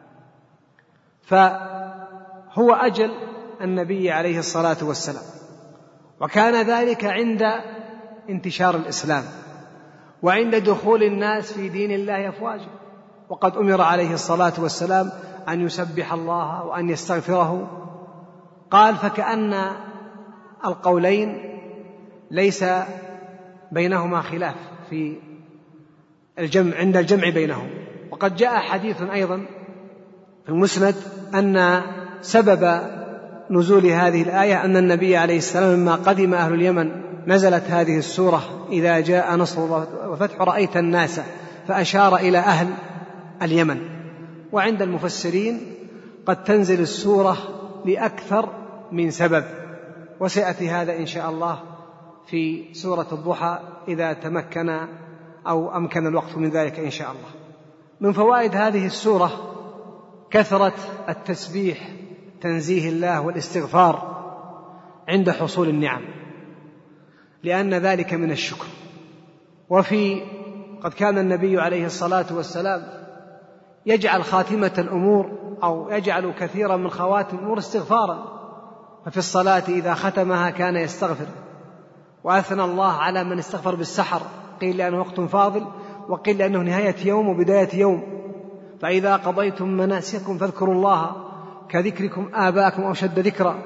فهو أجل النبي عليه الصلاة والسلام، وكان ذلك عند انتشار الإسلام وعند دخول الناس في دين الله أفواجا، وقد أمر عليه الصلاة والسلام أن يسبح الله وأن يستغفره. قال: فكأن القولين ليس بينهما خلاف في الجمع عند الجمع بينهم. وقد جاء حديث أيضا في المسند أن سبب نزول هذه الآية أن النبي عليه السلام لما قدم أهل اليمن نزلت هذه السورة: إذا جاء نصر الله وفتح رأيت الناس، فأشار إلى أهل اليمن. وعند المفسرين قد تنزل السورة لأكثر من سبب، وسيأتي هذا إن شاء الله في سورة الضحى إذا تمكن أو أمكن الوقت من ذلك إن شاء الله. من فوائد هذه السورة كثرة التسبيح، تنزيه الله والاستغفار عند حصول النعم، لأن ذلك من الشكر. وفي قد كان النبي عليه الصلاة والسلام يجعل خاتمة الأمور أو يجعل كثيرا من خواتم الأمور استغفارا، ففي الصلاة إذا ختمها كان يستغفر، وأثنى الله على من استغفر بالسحر، قيل لأنه وقت فاضل، وقيل لأنه نهاية يوم وبداية يوم. فإذا قضيتم مناسككم فاذكروا الله كذكركم آباءكم أو شد ذكرا.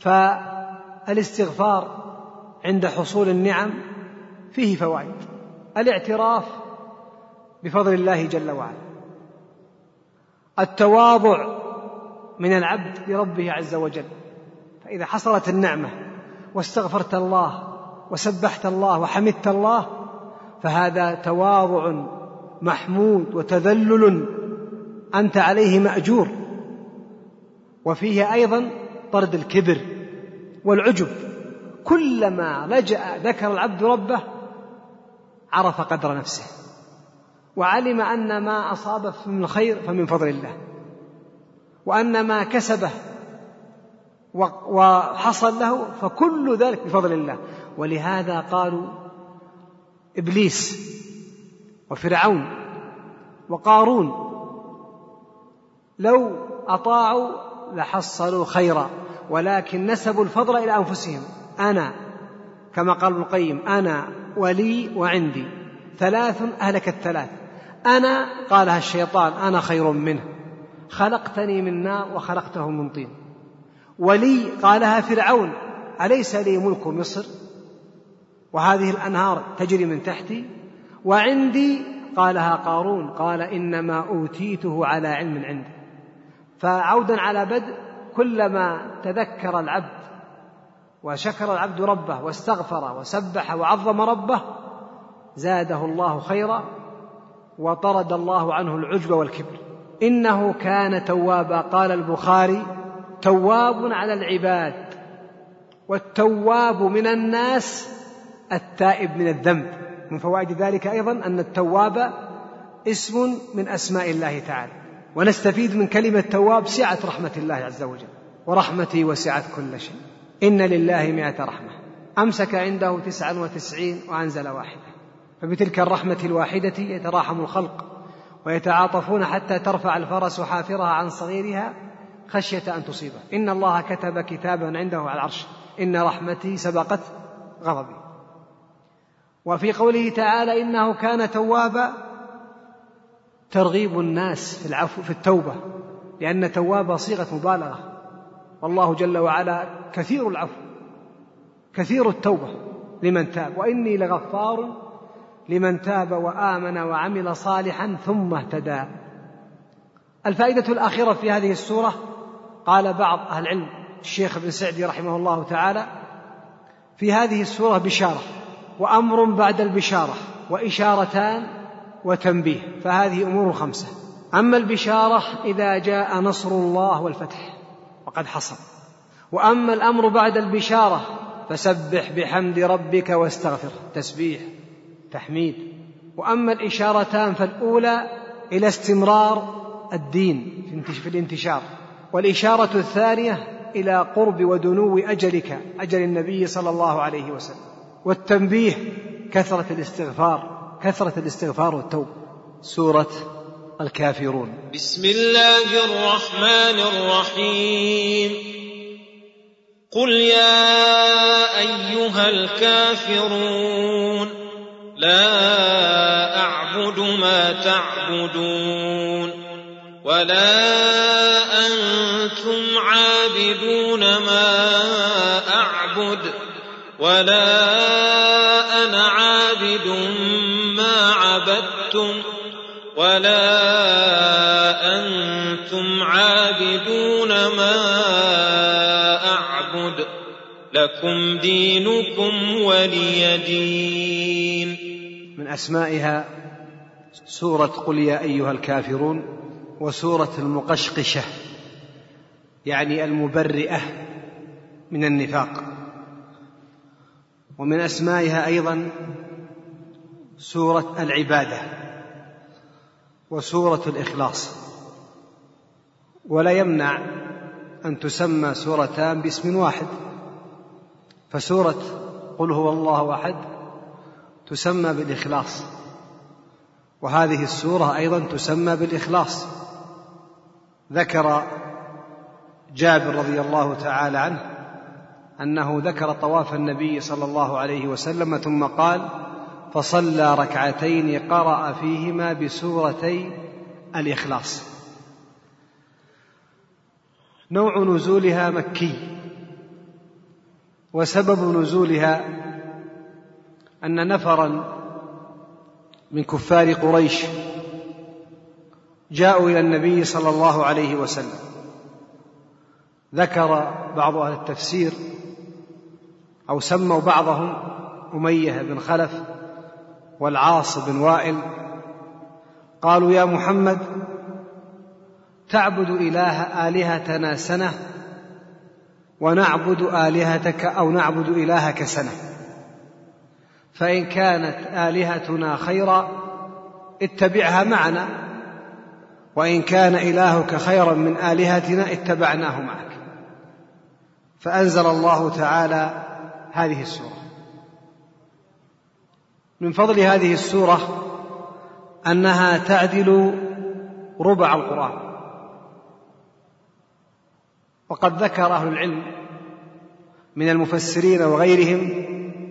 فالاستغفار عند حصول النعم فيه فوائد. الاعتراف بفضل الله جل وعلا، التواضع من العبد لربه عز وجل. فإذا حصلت النعمة واستغفرت الله وسبحت الله وحمدت الله فهذا تواضع محمود وتذلل أنت عليه مأجور. وفيه أيضا طرد الكبر والعجب. كلما لجأ ذكر العبد ربه عرف قدر نفسه وعلم أن ما أصابه من الخير فمن فضل الله، وأن ما كسبه وحصل له فكل ذلك بفضل الله. ولهذا قالوا إبليس وفرعون وقارون لو أطاعوا لحصلوا خيرا ولكن نسبوا الفضل إلى أنفسهم. أنا كما قال ابن القيم أنا ولي وعندي ثلاث أهلك الثلاث. أنا قالها الشيطان أنا خير منه خلقتني من نار وخلقته من طين. ولي قالها فرعون أليس لي ملك مصر وهذه الأنهار تجري من تحتي. وعندي قالها قارون قال إنما أوتيته على علم عندي. فعودا على بدء كلما تذكر العبد وشكر العبد ربه واستغفر وسبح وعظم ربه زاده الله خيرا وطرد الله عنه العجب والكبر. إنه كان توابا. قال البخاري تواب على العباد، والتواب من الناس التائب من الذنب. من فوائد ذلك أيضا أن التواب اسم من أسماء الله تعالى. ونستفيد من كلمة تواب سعة رحمة الله عز وجل، ورحمتي وسعت كل شيء. إن لله مئة رحمة أمسك عنده تسعا وتسعين وأنزل واحدة، فبتلك الرحمة الواحدة يتراحم الخلق ويتعاطفون حتى ترفع الفرس حافرها عن صغيرها خشية أن تصيبه. إن الله كتب كتابا عنده على العرش إن رحمتي سبقت غضبي. وفي قوله تعالى إنه كان توابا ترغيب الناس في العفو في التوبة، لأن توابا صيغة مبالغة، والله جل وعلا كثير العفو كثير التوبة لمن تاب، وإني لغفار لمن تاب وآمن وعمل صالحا ثم اهتدى. الفائدة الأخيرة في هذه السورة قال بعض أهل العلم الشيخ ابن سعدي رحمه الله تعالى في هذه السورة بشارة وأمر بعد البشارة وإشارتان وتنبيه، فهذه أمور خمسة. أما البشارة إذا جاء نصر الله والفتح وقد حصل، وأما الأمر بعد البشارة فسبح بحمد ربك واستغفر تسبيح تحميد. وأما الإشارتان فالأولى إلى استمرار الدين في الانتشار، والإشارة الثانية إلى قرب ودنو أجلك أجل النبي صلى الله عليه وسلم. والتنبيه كثرة الاستغفار كثرة الاستغفار والتوبة. سورة الكافرون. بسم الله الرحمن الرحيم. قل يا أيها الكافرون لا أعبد ما تعبدون ولا أنتم عابدون ما أعبد ولا أنا عابد ما عبدتم ولا أنتم عابدون ما أعبد لكم دينكم ولي دين. من أسمائها سورة قل يا أيها الكافرون، وسورة المقشقشة يعني المبرئة من النفاق. ومن أسمائها أيضا سورة العبادة وسورة الإخلاص. ولا يمنع أن تسمى سورتان باسم واحد، فسورة قل هو الله أحد تسمى بالإخلاص، وهذه السورة أيضا تسمى بالإخلاص. ذكر جابر رضي الله تعالى عنه أنه ذكر طواف النبي صلى الله عليه وسلم ثم قال فصلى ركعتين قرأ فيهما بسورتي الإخلاص. نوع نزولها مكي، وسبب نزولها أن نفرا من كفار قريش جاءوا إلى النبي صلى الله عليه وسلم. ذكر بعض أهل التفسير أو سموا بعضهم أمية بن خلف والعاص بن وائل، قالوا: يا محمد، تعبد إله آلهتنا سنة ونعبد آلهتك أو نعبد إلهك سنة، فإن كانت آلهتنا خيرا اتبعها معنا، وإن كان إلهك خيرا من آلهتنا اتبعناه معك. فأنزل الله تعالى هذه السورة. من فضل هذه السورة أنها تعدل ربع القرآن. وقد ذكر أهل العلم من المفسرين وغيرهم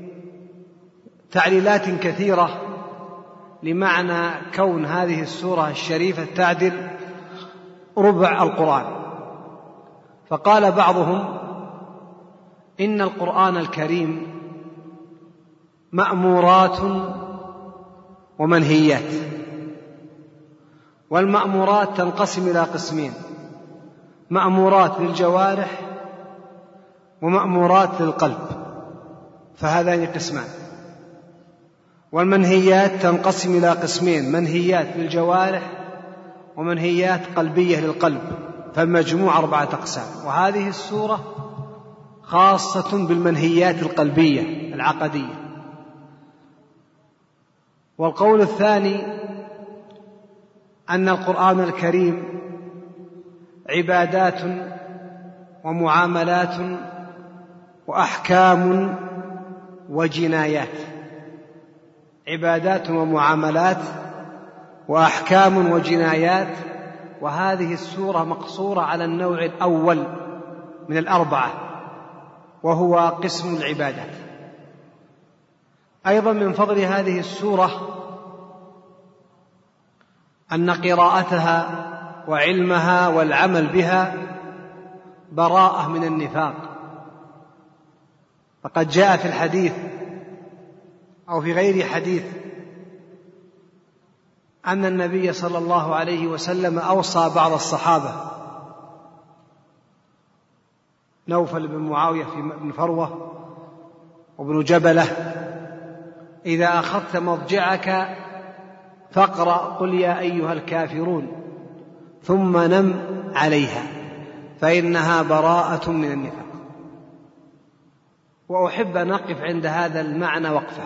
تعليلات كثيرة لمعنى كون هذه السورة الشريفة تعدل ربع القرآن. فقال بعضهم: إن القرآن الكريم مأمورات ومنهيات، والمأمورات تنقسم إلى قسمين: مأمورات للجوارح ومأمورات للقلب، فهذان قسمان. والمنهيات تنقسم إلى قسمين: منهيات للجوارح ومنهيات قلبية للقلب، فالمجموع أربعة أقسام. وهذه السورة خاصة بالمنهيات القلبية العقدية. والقول الثاني أن القرآن الكريم عبادات ومعاملات وأحكام وجنايات، عبادات ومعاملات وأحكام وجنايات. وهذه السورة مقصورة على النوع الأول من الأربعة، وهو قسم العبادات. أيضا من فضل هذه السورة أن قراءتها وعلمها والعمل بها براءة من النفاق. فقد جاء في الحديث أو في غير حديث أن النبي صلى الله عليه وسلم أوصى بعض الصحابة، نوفل بن معاوية بن فروة وابن جبلة: إذا أخذت مضجعك فاقرأ قل يا أيها الكافرون ثم نم عليها فإنها براءة من النفاق. وأحب أن أقف عند هذا المعنى وقفة.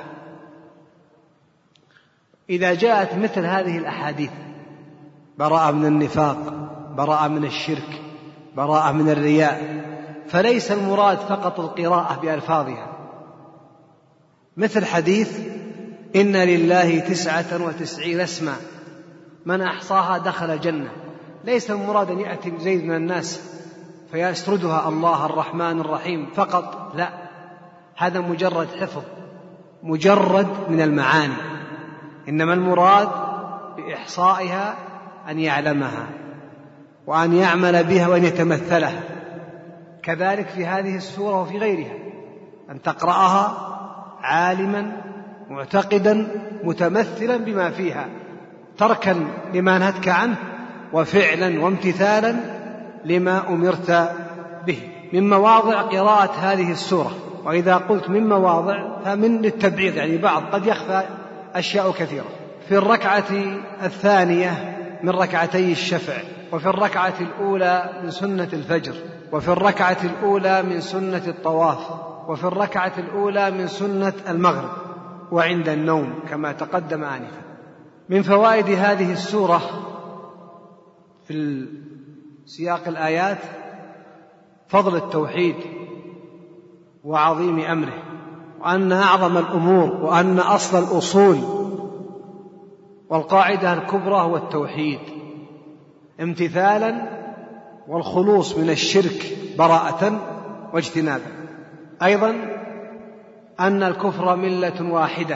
إذا جاءت مثل هذه الأحاديث: براءة من النفاق، براءة من الشرك، براءة من الرياء، فليس المراد فقط القراءة بألفاظها، مثل حديث: إن لله تسعة وتسعين اسما من أحصاها دخل الجنة. ليس المراد أن يأتي زيد من الناس فيسردها الله الرحمن الرحيم فقط، لا، هذا مجرد حفظ، مجرد من المعاني. إنما المراد بإحصائها أن يعلمها وأن يعمل بها وأن يتمثلها. كذلك في هذه السورة وفي غيرها، أن تقرأها عالما معتقدا متمثلا بما فيها، تركا لما نهتك عنه وفعلا وامتثالا لما أمرت به. من مواضع قراءة هذه السورة، وإذا قلت من مواضع فمن التبعيض، يعني بعض قد يخفى أشياء كثيرة. في الركعة الثانية من ركعتي الشفع، وفي الركعة الأولى من سنة الفجر، وفي الركعة الأولى من سنة الطواف، وفي الركعة الأولى من سنة المغرب، وعند النوم كما تقدم آنفا. من فوائد هذه السورة في سياق الآيات فضل التوحيد وعظيم أمره، وأن أعظم الأمور وأن أصل الأصول والقاعدة الكبرى هو التوحيد امتثالا، والخلوص من الشرك براءة واجتنابا. أيضا أن الكفر ملة واحدة،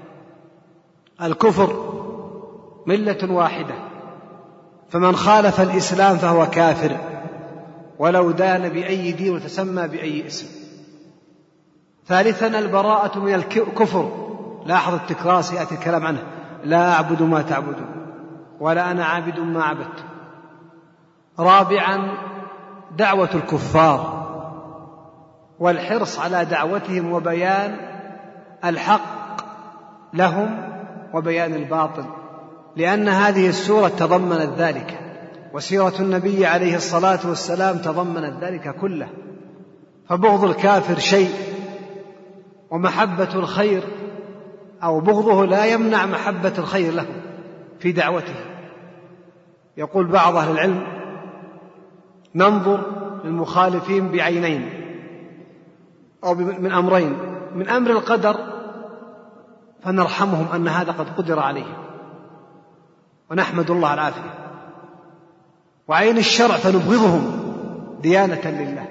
الكفر ملة واحدة، فمن خالف الإسلام فهو كافر ولو دان بأي دين وتسمى بأي اسم. ثالثا البراءة من الكفر، لاحظ التكرار سيأتي الكلام عنه، لا أعبد ما تعبدون ولا أنا عابد ما عبدتم. رابعا دعوة الكفار والحرص على دعوتهم وبيان الحق لهم وبيان الباطل، لأن هذه السورة تضمنت ذلك، وسيرة النبي عليه الصلاة والسلام تضمنت ذلك كله. فبغض الكافر شيء ومحبة الخير أو بغضه لا يمنع محبة الخير له في دعوته. يقول بعض أهل العلم: ننظر للمخالفين بعينين أو من أمرين: من أمر القدر فنرحمهم أن هذا قد قدر عليهم ونحمد الله على العافية، وعين الشرع فنبغضهم ديانة لله.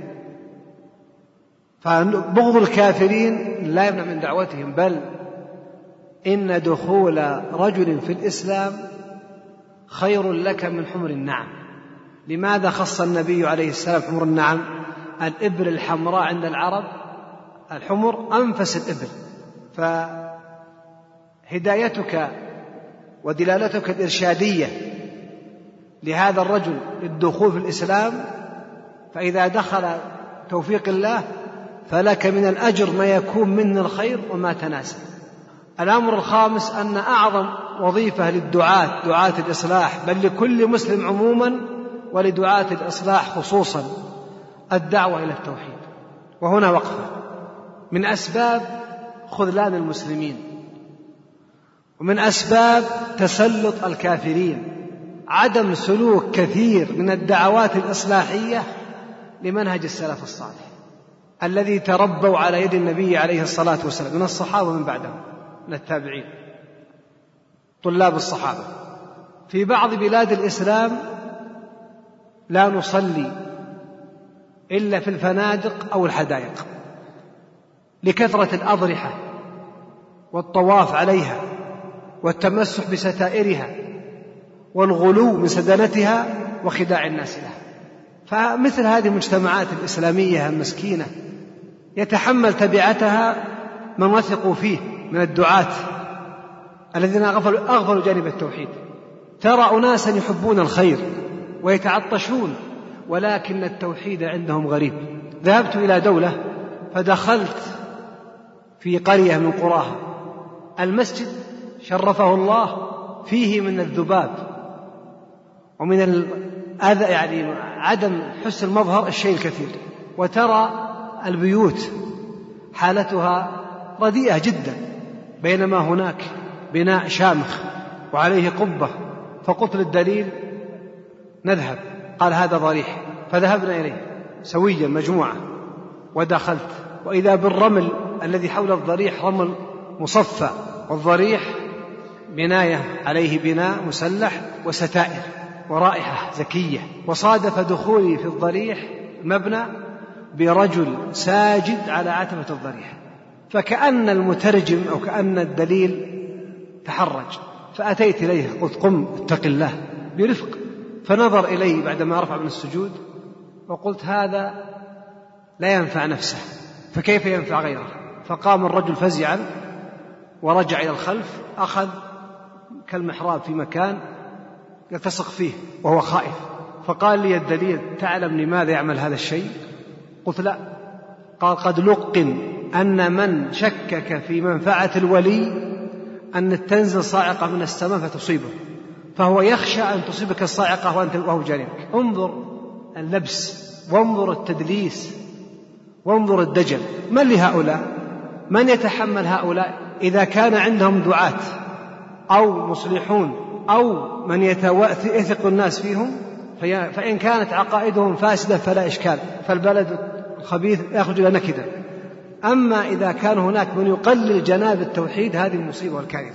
فبغض الكافرين لا يمنع من دعوتهم، بل إن دخول رجل في الإسلام خير لك من حمر النعم. لماذا خص النبي عليه السلام حمر النعم؟ الإبل الحمراء عند العرب الحمر أنفس الإبل. فهدايتك ودلالتك الإرشادية لهذا الرجل للدخول في الإسلام، فإذا دخل توفيق الله فلك من الأجر ما يكون من الخير وما تناسب. الأمر الخامس أن أعظم وظيفة للدعاة دعاة الإصلاح، بل لكل مسلم عموما ولدعاة الإصلاح خصوصا، الدعوة إلى التوحيد. وهنا وقفة من أسباب خذلان المسلمين ومن أسباب تسلط الكافرين عدم سلوك كثير من الدعوات الإصلاحية لمنهج السلف الصالح الذي تربوا على يد النبي عليه الصلاة والسلام من الصحابة ومن بعدهم من التابعين طلاب الصحابة. في بعض بلاد الإسلام لا نصلي إلا في الفنادق أو الحدائق لكثرة الأضرحة والطواف عليها والتمسح بستائرها والغلو من سدنتها وخداع الناس لها. فمثل هذه المجتمعات الإسلامية المسكينة يتحمل تبعتها من وثقوا فيه من الدعاة الذين أغفلوا, أغفلوا جانب التوحيد. ترى أناسا يحبون الخير ويتعطشون، ولكن التوحيد عندهم غريب. ذهبت إلى دولة فدخلت في قرية من قراها، المسجد شرفه الله فيه من الذباب ومن الأذى، يعني عدم حسن المظهر الشيء الكثير. وترى البيوت حالتها رديئة جدا، بينما هناك بناء شامخ وعليه قبة. فقلت للدليل نذهب، قال هذا ضريح. فذهبنا إليه سويا مجموعة ودخلت، وإذا بالرمل الذي حول الضريح رمل مصفى، والضريح بناية عليه بناء مسلح وستائر ورائحة زكية. وصادف دخولي في الضريح مبنى برجل ساجد على عتبة الضريح، فكأن المترجم أو كأن الدليل تحرج، فأتيت إليه قلت قم اتق الله برفق. فنظر إلي بعدما رفع من السجود وقلت هذا لا ينفع نفسه فكيف ينفع غيره؟ فقام الرجل فزعا ورجع إلى الخلف، أخذ كالمحراب في مكان يلتصق فيه وهو خائف. فقال لي الدليل تعلم لماذا يعمل هذا الشيء؟ قلت لا. قال قد لقن أن من شكك في منفعة الولي أن تنزل صاعقة من السماء فتصيبه، فهو يخشى أن تصيبك الصاعقة وأنت وهو جانبك. انظر اللبس وانظر التدليس وانظر الدجل. من لهؤلاء؟ من يتحمل هؤلاء إذا كان عندهم دعاة أو مصلحون أو من يثق الناس فيهم؟ فإن كانت عقائدهم فاسدة فلا إشكال، فالبلد الخبيث يخرج إلى نكدة. أما إذا كان هناك من يقلل جناب التوحيد هذه المصيبة والكارثة.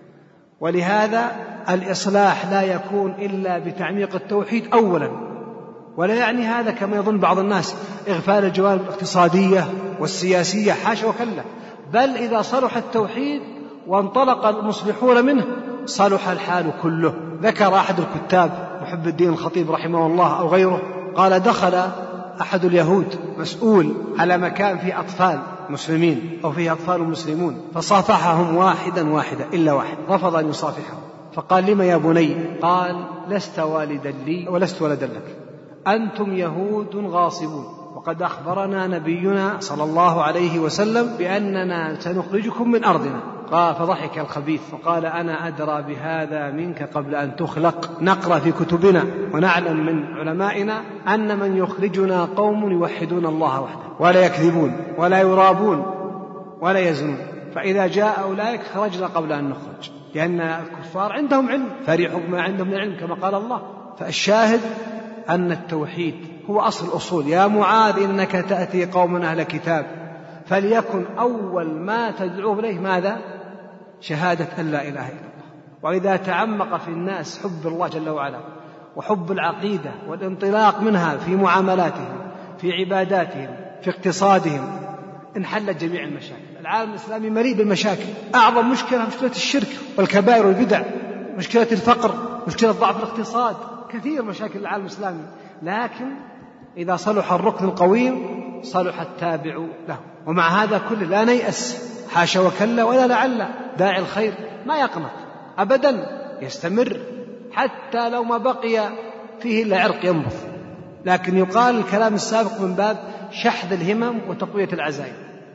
ولهذا الإصلاح لا يكون إلا بتعميق التوحيد أولا، ولا يعني هذا كما يظن بعض الناس إغفال الجوانب الاقتصادية والسياسية، حاشا وكلا، بل إذا صلح التوحيد وانطلق المصلحون منه صلح الحال كله. ذكر أحد الكتاب محب الدين الخطيب رحمه الله أو غيره، قال دخل أحد اليهود مسؤول على مكان فيه أطفال مسلمين أو فيه أطفال مسلمون فصافحهم واحدا واحدا إلا واحد رفض أن يصافحهم، فقال: لما يا بني؟ قال: لست والدا لي ولست ولدا لك، أنتم يهود غاصبون، وقد أخبرنا نبينا صلى الله عليه وسلم بأننا سنخرجكم من أرضنا. قال فضحك الخبيث وقال: أنا أدرى بهذا منك قبل أن تخلق، نقرأ في كتبنا ونعلم من علمائنا أن من يخرجنا قوم يوحدون الله وحده ولا يكذبون ولا يرابون ولا يزنون، فإذا جاء أولئك خرجنا قبل أن نخرج، لأن الكفار عندهم علم، فرحوا بما عندهم من العلم كما قال الله. فالشاهد أن التوحيد هو أصل الأصول. يا معاذ إنك تأتي قوما أهل كتاب فليكن أول ما تدعوه إليه ماذا؟ شهادة أن لا إله إلا الله. وإذا تعمق في الناس حب الله جل وعلا وحب العقيدة والانطلاق منها في معاملاتهم، في عباداتهم، في اقتصادهم، انحلت جميع المشاكل. العالم الإسلامي مليء بالمشاكل، أعظم مشكلة مشكلة الشرك والكبائر والبدع، مشكلة الفقر، مشكلة ضعف الاقتصاد، كثير مشاكل العالم الإسلامي، لكن إذا صلح الركن القويم صلح التابع له. ومع هذا كله لا نيأس، حاشا وكلا ولا لعل، داعي الخير ما يقنط أبدا، يستمر حتى لو ما بقي فيه إلا عرق ينبض. لكن يقال الكلام السابق من باب شحذ الهمم وتقوية العزائم.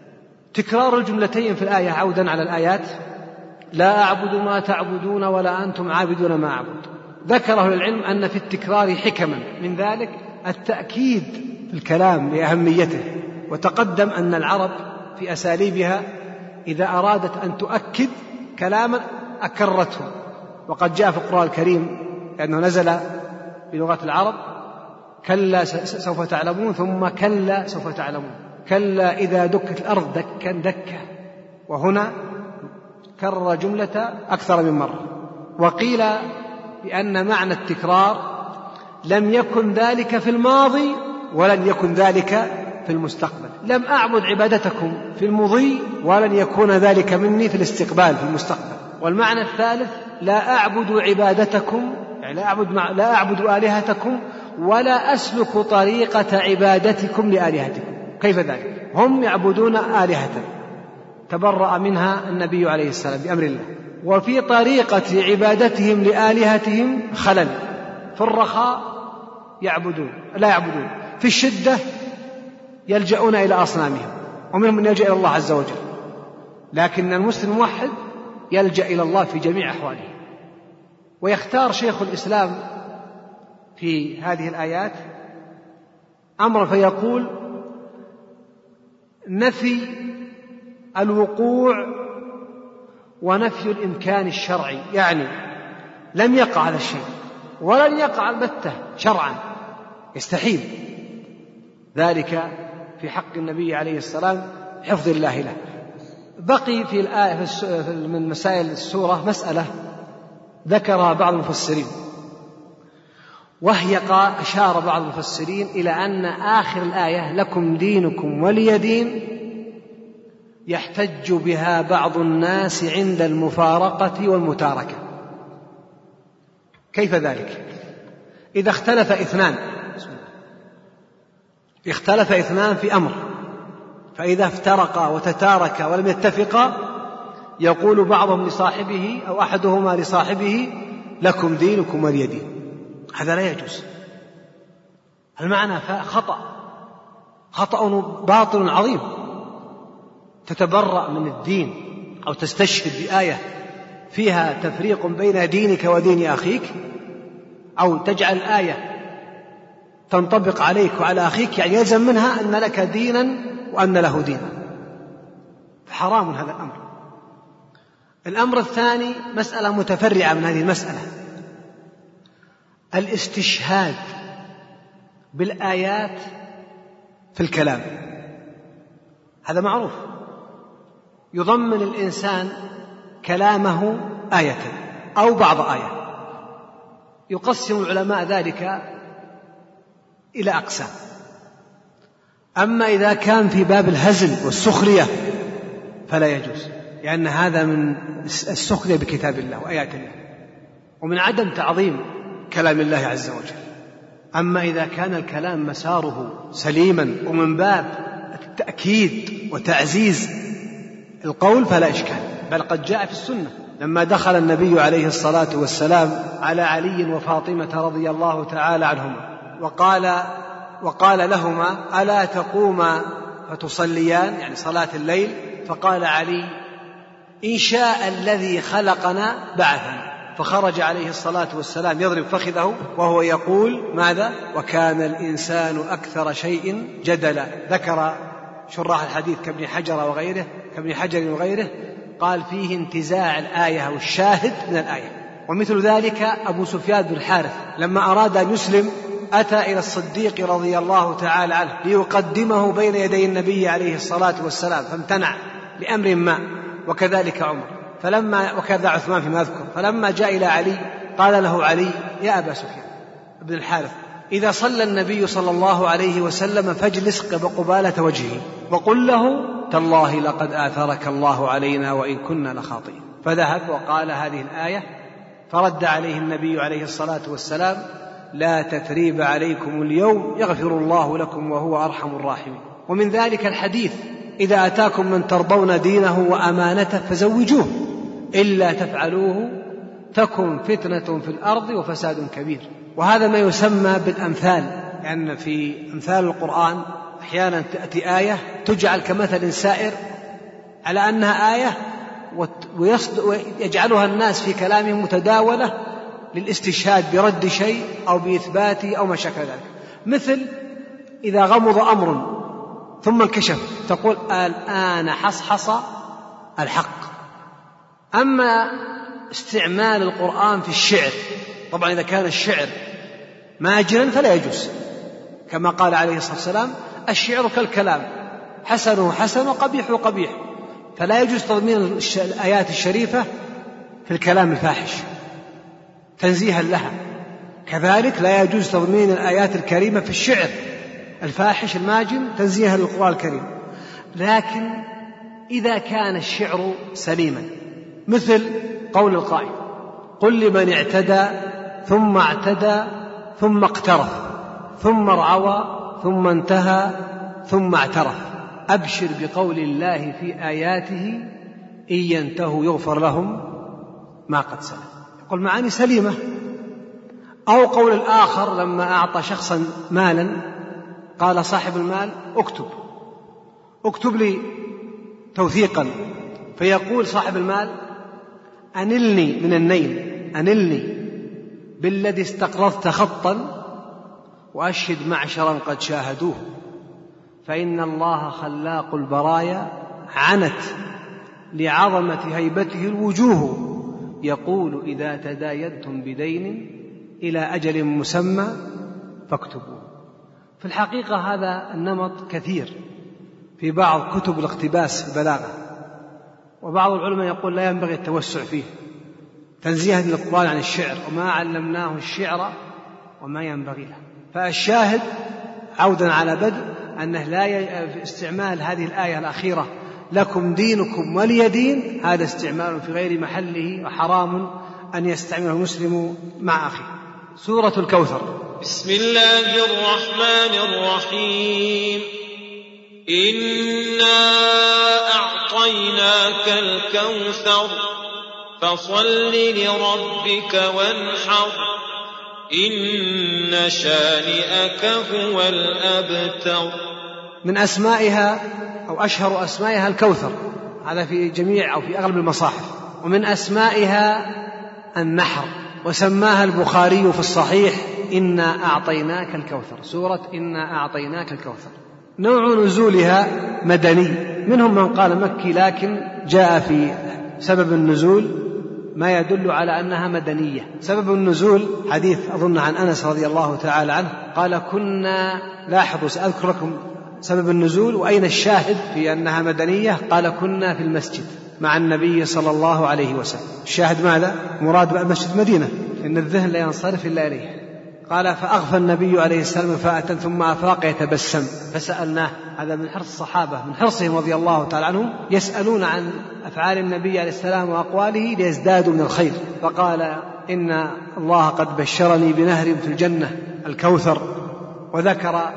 تكرار الجملتين في الآية عودا على الآيات: لا أعبد ما تعبدون ولا أنتم عابدون ما أعبد. ذكره العلم أن في التكرار حكما، من ذلك التأكيد في الكلام لأهميته. وتقدم أن العرب في أساليبها إذا أرادت أن تؤكد كلاما أكرته، وقد جاء في القرآن الكريم لأنه نزل بلغة العرب: كلا سوف تعلمون ثم كلا سوف تعلمون، كلا إذا دكت الأرض دكا دكا. وهنا كرر جملة أكثر من مرة. وقيل بأن معنى التكرار لم يكن ذلك في الماضي ولن يكن ذلك في المستقبل. لم أعبد عبادتكم في المضي ولن يكون ذلك مني في الاستقبال في المستقبل. والمعنى الثالث: لا أعبد عبادتكم، يعني لا أعبد, مع لا أعبد آلهتكم ولا أسلك طريقة عبادتكم لآلهتكم. كيف ذلك؟ هم يعبدون آلهة تبرأ منها النبي عليه السلام بأمر الله، وفي طريقة عبادتهم لآلهتهم خلل. في الرخاء يعبدون لا يعبدون، في الشدة يلجؤون إلى أصنامهم، ومنهم من يلجأ إلى الله عز وجل. لكن المسلم الموحد يلجأ إلى الله في جميع أحواله. ويختار شيخ الإسلام في هذه الآيات أمر فيقول: نفي الوقوع ونفي الإمكان الشرعي، يعني لم يقع هذا الشيء ولن يقع البتة شرعا، يستحيل ذلك في حق النبي عليه السلام حفظ الله له. بقي في الآية من مسائل السورة مسألة ذكرها بعض المفسرين، وهي أشار بعض المفسرين إلى أن آخر الآية لكم دينكم ولي دين يحتج بها بعض الناس عند المفارقة والمتاركة. كيف ذلك؟ إذا اختلف اثنان اختلف اثنان في أمر، فإذا افترقا وتتاركا ولم يتفقا يقول بعضهم لصاحبه أو أحدهما لصاحبه: لكم دينكم ولي دين. هذا لا يجوز. المعنى خطأ خطأ باطل عظيم. تتبرأ من الدين أو تستشهد بآية فيها تفريق بين دينك ودين أخيك، أو تجعل آية تنطبق عليك وعلى أخيك، يعني يلزم منها أن لك دينا وأن له دينا، فحرام هذا الأمر. الأمر الثاني مسألة متفرعة من هذه المسألة: الاستشهاد بالآيات في الكلام. هذا معروف، يضمن الإنسان كلامه آية أو بعض آية. يقسم العلماء ذلك إلى أقسام. أما إذا كان في باب الهزل والسخرية فلا يجوز، لأن هذا من السخرية بكتاب الله وآيات الله ومن عدم تعظيم كلام الله عز وجل. أما إذا كان الكلام مساره سليما ومن باب تأكيد وتعزيز القول فلا إشكال، بل قد جاء في السنة لما دخل النبي عليه الصلاة والسلام على علي وفاطمة رضي الله تعالى عنهما وقال, وقال لهما ألا تقوما فتصليان، يعني صلاة الليل، فقال علي إن شاء الذي خلقنا بعثنا، فخرج عليه الصلاة والسلام يضرب فخذه وهو يقول ماذا؟ وكان الإنسان أكثر شيء جدلا. ذكر شراح الحديث كابن حجر وغيره كابن حجر وغيره قال فيه انتزاع الآية والشاهد من الآية. ومثل ذلك أبو سفيان بن الحارث لما أراد أن يسلم أتى إلى الصديق رضي الله تعالى عنه ليقدمه بين يدي النبي عليه الصلاة والسلام فامتنع لأمر ما، وكذلك عمر، فلما وكذا عثمان فيما أذكر. فلما جاء إلى علي قال له علي يا أبا سفيان بن الحارث إذا صلى النبي صلى الله عليه وسلم فاجلس قبالة وجهه وقل له تالله لقد آثرك الله علينا وإن كنا لخاطئين. فذهب وقال هذه الآية، فرد عليه النبي عليه الصلاة والسلام لا تثريب عليكم اليوم يغفر الله لكم وهو أرحم الراحمين. ومن ذلك الحديث إذا أتاكم من ترضون دينه وأمانته فزوجوه إلا تفعلوه تكن فتنة في الأرض وفساد كبير. وهذا ما يسمى بالأمثال، لأن يعني في أمثال القرآن أحيانا تأتي آية تجعل كمثل سائر على أنها آية ويجعلها الناس في كلامهم متداولة للاستشهاد برد شيء أو بإثبات أو ما شكل ذلك. مثل إذا غمض أمر ثم انكشف تقول الآن حصحص الحق. أما استعمال القرآن في الشعر، طبعا إذا كان الشعر ماجنا فلا يجوز، كما قال عليه الصلاة والسلام الشعر كالكلام حسنه حسن وقبيحه قبيح، فلا يجوز تضمين الآيات الشريفة في الكلام الفاحش تنزيها لها. كذلك لا يجوز تضمين الآيات الكريمة في الشعر الفاحش الماجن تنزيها للقرآن الكريم. لكن إذا كان الشعر سليما مثل قول القائل قل لمن اعتدى ثم اعتدى ثم اقترف ثم ارعوى ثم انتهى ثم اعترف أبشر بقول الله في آياته إن ينتهوا يغفر لهم ما قد سلف. يقول معاني سليمة. أو قول الآخر لما أعطى شخصا مالا قال صاحب المال اكتب اكتب لي توثيقا، فيقول صاحب المال أنلني من النيل أنلني بالذي استقرضت خطا وأشهد معشرا قد شاهدوه فإن الله خلاق البرايا عنت لعظمة هيبته الوجوه يقول إذا تداينتم بدين إلى أجل مسمى فاكتبوه. في الحقيقة هذا النمط كثير في بعض كتب الاقتباس في البلاغة، وبعض العلماء يقول لا ينبغي التوسع فيه تنزيها للقرآن عن الشعر وما علمناه الشعر وما ينبغي له. فالشاهد عودا على بدء أنه لا ي... استعمال هذه الآية الأخيرة لكم دينكم ولي دين هذا استعمال في غير محله وحرام أن يستعمله المسلم مع أخيه. سورة الكوثر. بسم الله الرحمن الرحيم. إنا أعطيناك الكوثر فصل لربك وانحر إن شانئك هو الأبتر. من أسمائها أو أشهر أسمائها الكوثر، هذا في جميع أو في أغلب المصاحف. ومن أسمائها النحر، وسماها البخاري في الصحيح إنا أعطيناك الكوثر، سورة إنا أعطيناك الكوثر. نوع نزولها مدني، منهم من قال مكي، لكن جاء في سبب النزول ما يدل على أنها مدنية. سبب النزول حديث أظن عن أنس رضي الله تعالى عنه قال كنا، لاحظوا سأذكر لكم سبب النزول وأين الشاهد في أنها مدنية. قال كنا في المسجد مع النبي صلى الله عليه وسلم. الشاهد ماذا؟ مراد بمسجد مدينة، إن الذهن لا ينصرف إلا إليه. قال فأغفى النبي عليه السلام فاءة ثم أفاق يتبسم فسألناه. هذا من حرص الصحابة، من حرصهم رضي الله تعالى عنهم، يسألون عن أفعال النبي عليه السلام وأقواله ليزدادوا من الخير. فقال إن الله قد بشرني بنهر في الجنة الكوثر، وذكر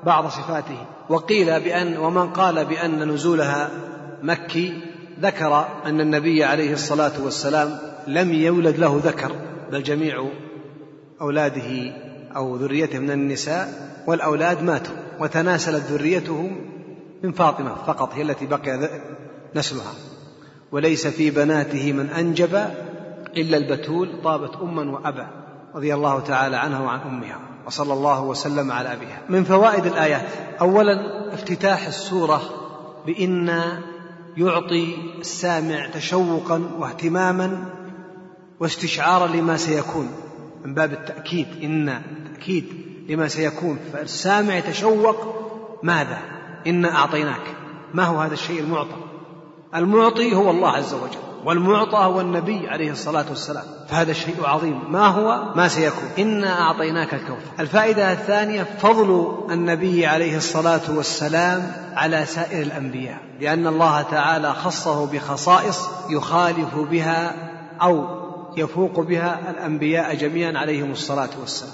بعض صفاته. وقيل بأن ومن قال بأن نزولها مكي ذكر أن النبي عليه الصلاة والسلام لم يولد له ذكر، بل جميع أولاده أو ذريته من النساء، والأولاد ماتوا وتناسلت ذريتهم من فاطمة فقط، هي التي بقي نسلها، وليس في بناته من أنجب إلا البتول طابت أما وأبا رضي الله تعالى عنها وعن أمها، وصلى الله وسلم على أبيها. من فوائد الآيات: أولا افتتاح السورة بإن يعطي السامع تشوقا واهتماما واستشعارا لما سيكون، من باب التأكيد، إن تأكيد لما سيكون، فالسامع يتشوق ماذا؟ إنا أعطيناك. ما هو هذا الشيء المعطى؟ المعطي هو الله عز وجل، والمعطى هو النبي عليه الصلاة والسلام، فهذا الشيء عظيم. ما هو؟ ما سيكون. إنا أعطيناك الكوثر. الفائدة الثانية فضل النبي عليه الصلاة والسلام على سائر الأنبياء، لأن الله تعالى خصه بخصائص يخالف بها أو يفوق بها الأنبياء جميعا عليهم الصلاة والسلام،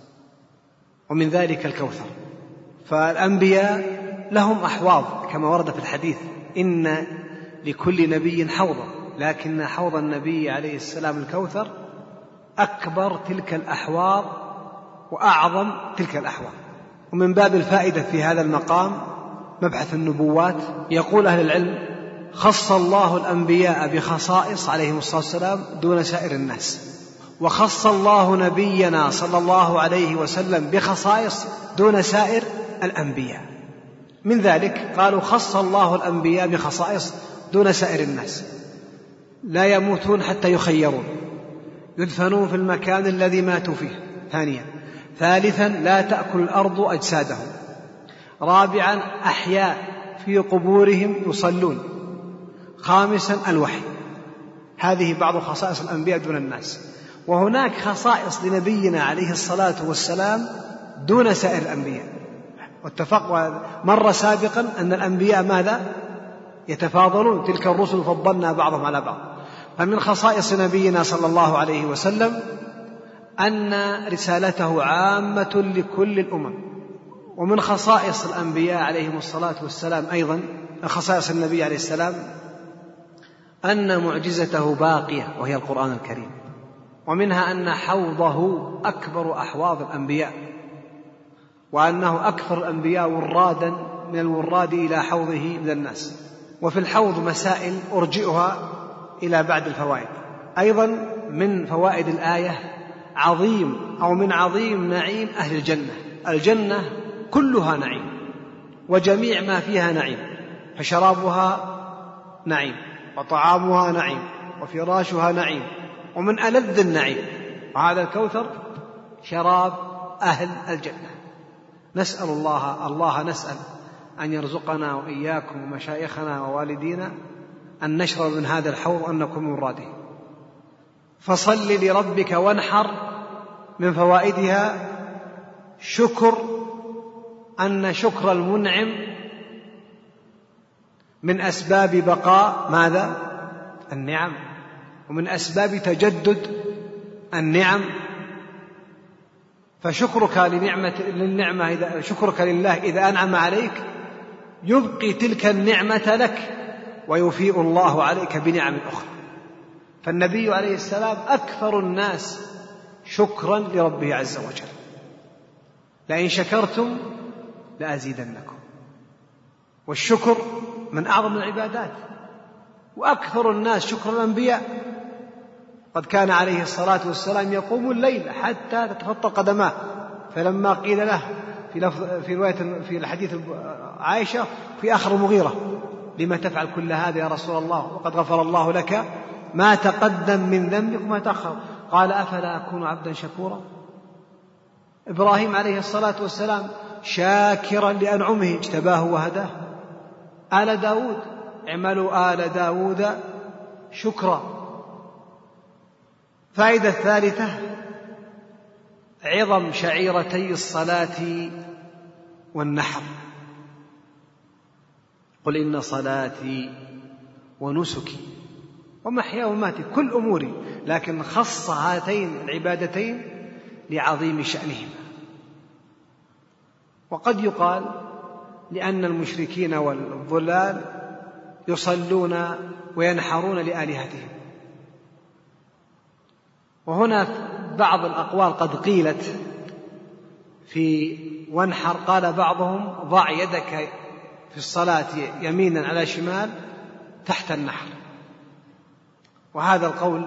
ومن ذلك الكوثر. فالأنبياء لهم أحواض كما ورد في الحديث: إن لكل نبي حوضا، لكن حوض النبي عليه السلام الكوثر أكبر تلك الأحواض وأعظم تلك الأحواض. ومن باب الفائدة في هذا المقام مبحث النبوات، يقول أهل العلم: خص الله الأنبياء بخصائص عليهم الصلاة والسلام دون سائر الناس، وخص الله نبينا صلى الله عليه وسلم بخصائص دون سائر الأنبياء. من ذلك قالوا: خص الله الأنبياء بخصائص دون سائر الناس، لا يموتون حتى يخيرون، يدفنون في المكان الذي ماتوا فيه. ثانيا. ثالثا: لا تأكل الأرض أجسادهم. رابعا: أحياء في قبورهم يصلون. خامسا: الوحي. هذه بعض خصائص الأنبياء دون الناس. وهناك خصائص لنبينا عليه الصلاة والسلام دون سائر الأنبياء، واتفق مر سابقا أن الأنبياء ماذا؟ يتفاضلون، تلك الرسل فضلنا بعضهم على بعض. فمن خصائص نبينا صلى الله عليه وسلم أن رسالته عامة لكل الأمم. ومن خصائص الأنبياء عليهم الصلاة والسلام أيضا، خصائص النبي عليه السلام، أن معجزته باقية وهي القرآن الكريم. ومنها أن حوضه أكبر أحواض الأنبياء، وأنه أكثر الأنبياء ورادا من الوراد إلى حوضه من الناس. وفي الحوض مسائل أرجئها إلى بعد الفوائد. أيضا من فوائد الآية عظيم أو من عظيم نعيم أهل الجنة. الجنة كلها نعيم، وجميع ما فيها نعيم، فشرابها نعيم، وطعامها نعيم، وفراشها نعيم، ومن ألذ النعيم. وهذا الكوثر شراب أهل الجنة. نسأل الله الله نسأل أن يرزقنا وإياكم ومشايخنا ووالدينا أن نشرب من هذا الحوض وأن نكون من راده. فصل لربك وانحر. من فوائدها شكر، أن شكر المنعم من أسباب بقاء ماذا؟ النعم، ومن أسباب تجدد النعم. فشكرك لنعمة للنعمة إذا شكرك لله إذا أنعم عليك يبقي تلك النعمة لك، ويفيء الله عليك بنعم أخرى. فالنبي عليه السلام أكثر الناس شكرا لربه عز وجل: لئن شكرتم لأزيدنكم. والشكر من أعظم العبادات، وأكثر الناس شكر الأنبياء. قد كان عليه الصلاة والسلام يقوم الليل حتى تتفطر قدماه، فلما قيل له في لفظ في رواية في الحديث عائشة في آخر المغيرة: لما تفعل كل هذا يا رسول الله وقد غفر الله لك ما تقدم من ذنبك وما تأخر؟ قال: أفلا أكون عبدا شكورا. إبراهيم عليه الصلاة والسلام شاكرا لأنعمه اجتباه وهداه. آل داود: اعملوا آل داود شكرا. فائدة الثالثة عظم شعيرتي الصلاة والنحر. قل إن صلاتي ونسكي ومحياي ومماتي كل أموري، لكن خص هاتين العبادتين لعظيم شأنهما. وقد يقال لأن المشركين والضلال يصلون وينحرون لآلهتهم. وهنا بعض الأقوال قد قيلت في وانحر، قال بعضهم ضع يدك في الصلاة يمينا على شمال تحت النحر، وهذا القول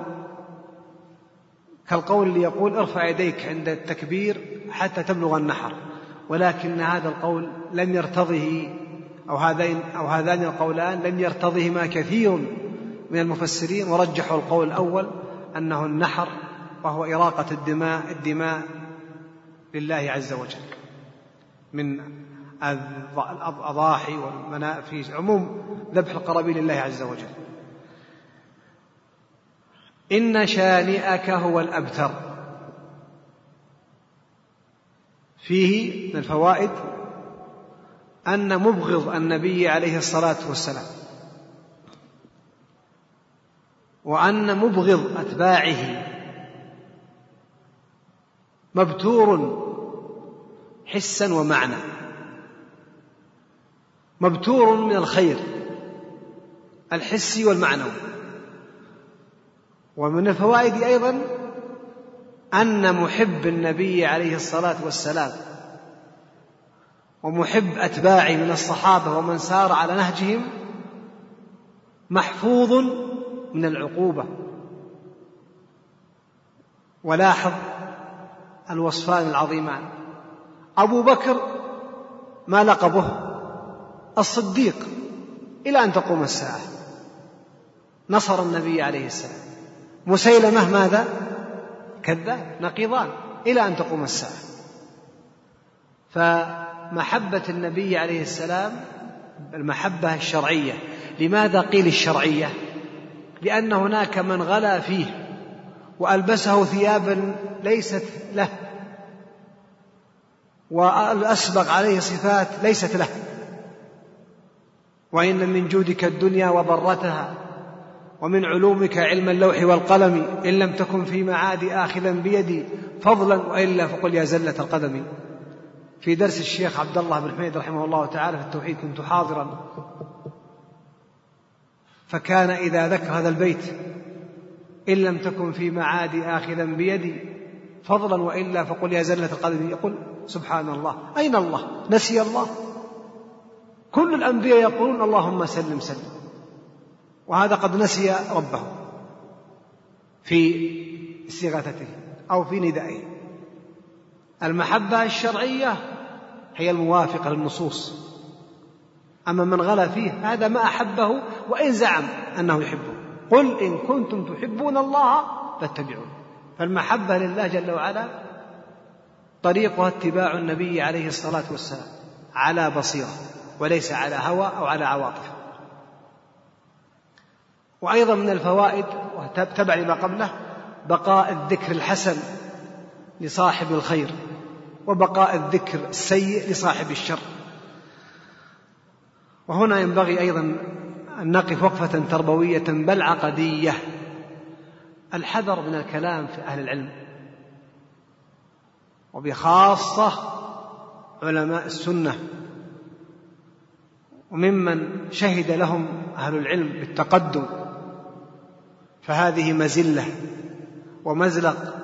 كالقول اللي يقول ارفع يديك عند التكبير حتى تبلغ النحر، ولكن هذا القول لم يرتضه أو هذين أو هذان القولان لم يرتضهما كثير من المفسرين، ورجحوا القول الأول أنه النحر، وهو إراقة الدماء الدماء لله عز وجل من الأضاحي والمناء في عموم ذبح القرابين لله عز وجل. إن شانئك هو الأبتر. فيه من الفوائد أن مبغض النبي عليه الصلاة والسلام وأن مبغض أتباعه مبتور حسا ومعنى، مبتور من الخير الحسي والمعنوي. ومن الفوائد أيضا أن محب النبي عليه الصلاة والسلام ومحب أتباعه من الصحابة ومن سار على نهجهم محفوظ من العقوبة. ولاحظ الوصفان العظيمان: أبو بكر ما لقبه؟ الصديق إلى أن تقوم الساعة، نصر النبي عليه السلام. مسيلمة ماذا؟ كذاب، نقيضان إلى أن تقوم الساعة. فمحبة النبي عليه السلام المحبة الشرعية. لماذا قيل الشرعية؟ لأن هناك من غلا فيه وألبسه ثيابا ليست له، وأسبغ عليه صفات ليست له. وإن من جودك الدنيا وضرتها، ومن علومك علم اللوح والقلم، إن لم تكن في معادي آخذا بيدي فضلا وإلا فقل يا زلة القدم. في درس الشيخ عبد الله بن حميد رحمه الله تعالى في التوحيد كنت حاضرا، فكان إذا ذكر هذا البيت إن لم تكن في معادي آخذا بيدي فضلا وإلا فقل يا زلة القدم، يقول سبحان الله، أين الله؟ نسي الله؟ كل الأنبياء يقولون اللهم سلم سلم، وهذا قد نسي ربه في استغاثته أو في ندائه. المحبة الشرعية هي الموافقة للنصوص، أما من غلا فيه هذا ما أحبه وإن زعم أنه يحبه. قل إن كنتم تحبون الله فاتبعون. فالمحبة لله جل وعلا طريقها اتباع النبي عليه الصلاة والسلام على بصيرة وليس على هوى أو على عواطف. وأيضا من الفوائد وتبع لما قبله بقاء الذكر الحسن لصاحب الخير وبقاء الذكر السيء لصاحب الشر. وهنا ينبغي أيضا أن نقف وقفة تربوية بل عقدية. الحذر من الكلام في أهل العلم، وبخاصة علماء السنة، وممن شهد لهم أهل العلم بالتقدم، فهذه مزلة ومزلق.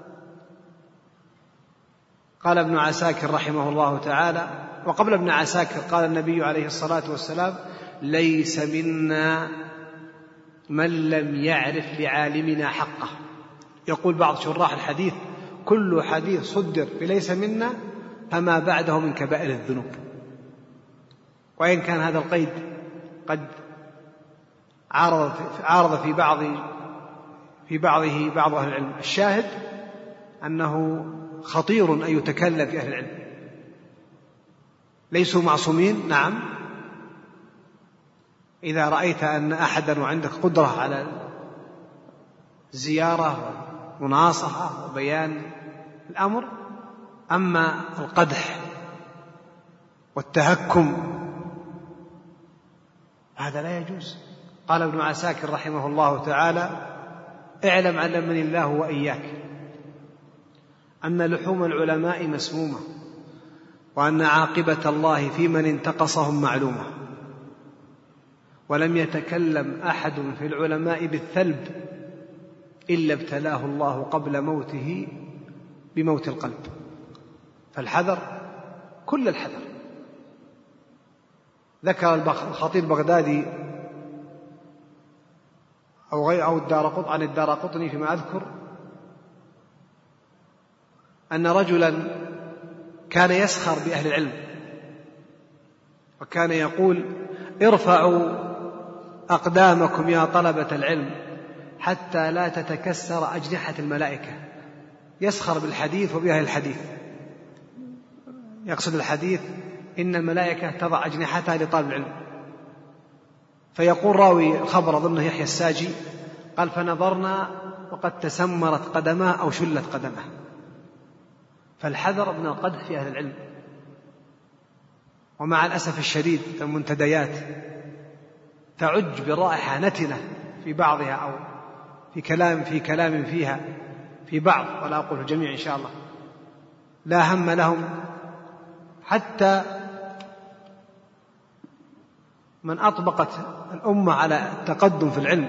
قال ابن عساكر رحمه الله تعالى، وقبل ابن عساكر قال النبي عليه الصلاة والسلام: ليس منا من لم يعرف لعالمنا حقه. يقول بعض شراح الحديث: كل حديث صدر بليس منا فما بعده من كبائر الذنوب. وإن كان هذا القيد قد عارض عارض في بعض في بعضه بعض أهل العلم. الشاهد أنه خطير أن يتكلم في أهل العلم. ليسوا معصومين، نعم. إذا رأيت أن أحدا وعندك قدرة على زيارة ومناصحة وبيان الأمر، أما القدح والتهكم هذا لا يجوز. قال ابن عساكر رحمه الله تعالى: اعلم علمني الله وإياك أن لحوم العلماء مسمومة، وأن عاقبة الله في من انتقصهم معلومة، ولم يتكلم أحد في العلماء بالثلب إلا ابتلاه الله قبل موته بموت القلب. فالحذر كل الحذر. ذكر الخطيب البغدادي أو غير أو الدارقطني عن الدارقطني فيما أذكر أن رجلا كان يسخر بأهل العلم، وكان يقول: ارفعوا أقدامكم يا طلبة العلم حتى لا تتكسر أجنحة الملائكة. يسخر بالحديث وبأهل الحديث، يقصد الحديث إن الملائكة تضع أجنحتها لطالب العلم. فيقول راوي الخبر أظنه يحيى الساجي قال: فنظرنا وقد تسمرت قدماه أو شلت قدمه. فالحذر من القدح في أهل العلم. ومع الأسف الشديد المنتديات تعج برائحة نتنة في بعضها أو في كلام في كلام فيها في بعض، ولا أقول الجميع إن شاء الله، لا هم لهم. حتى من أطبقت الأمة على التقدم في العلم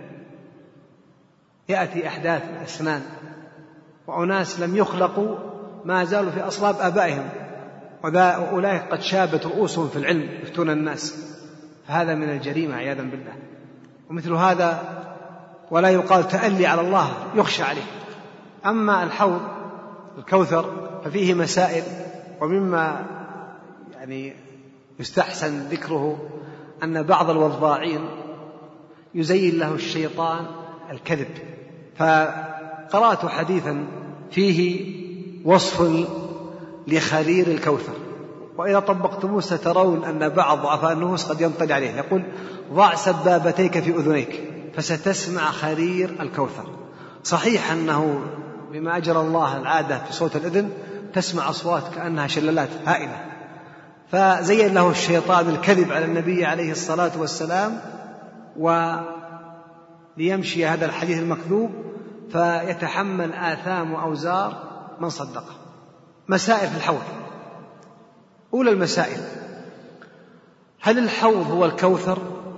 يأتي أحداث الأسنان وأناس لم يخلقوا ما زالوا في أصلاب آبائهم، وأولئك قد شابت رؤوسهم في العلم يفتون الناس. فهذا من الجريمة عياذا بالله. ومثل هذا ولا يقال تألي على الله، يخشى عليه. أما الحوض الكوثر ففيه مسائل، ومما يعني يستحسن ذكره أن بعض الوضاعين يزين له الشيطان الكذب. فقرأت حديثا فيه وصف لخرير الكوثر، وإذا طبقتموه سترون أن بعض ضعفاء النفوس قد ينطلي عليه. يقول: ضع سبابتيك في أذنيك فستسمع خرير الكوثر. صحيح أنه بما أجرى الله العادة في صوت الأذن تسمع أصوات كأنها شلالات هائلة، فزين له الشيطان الكذب على النبي عليه الصلاة والسلام وليمشي هذا الحديث المكذوب فيتحمل آثام وأوزار من صدقه. مسائل في الحوض. أولى المسائل: هل الحوض هو الكوثر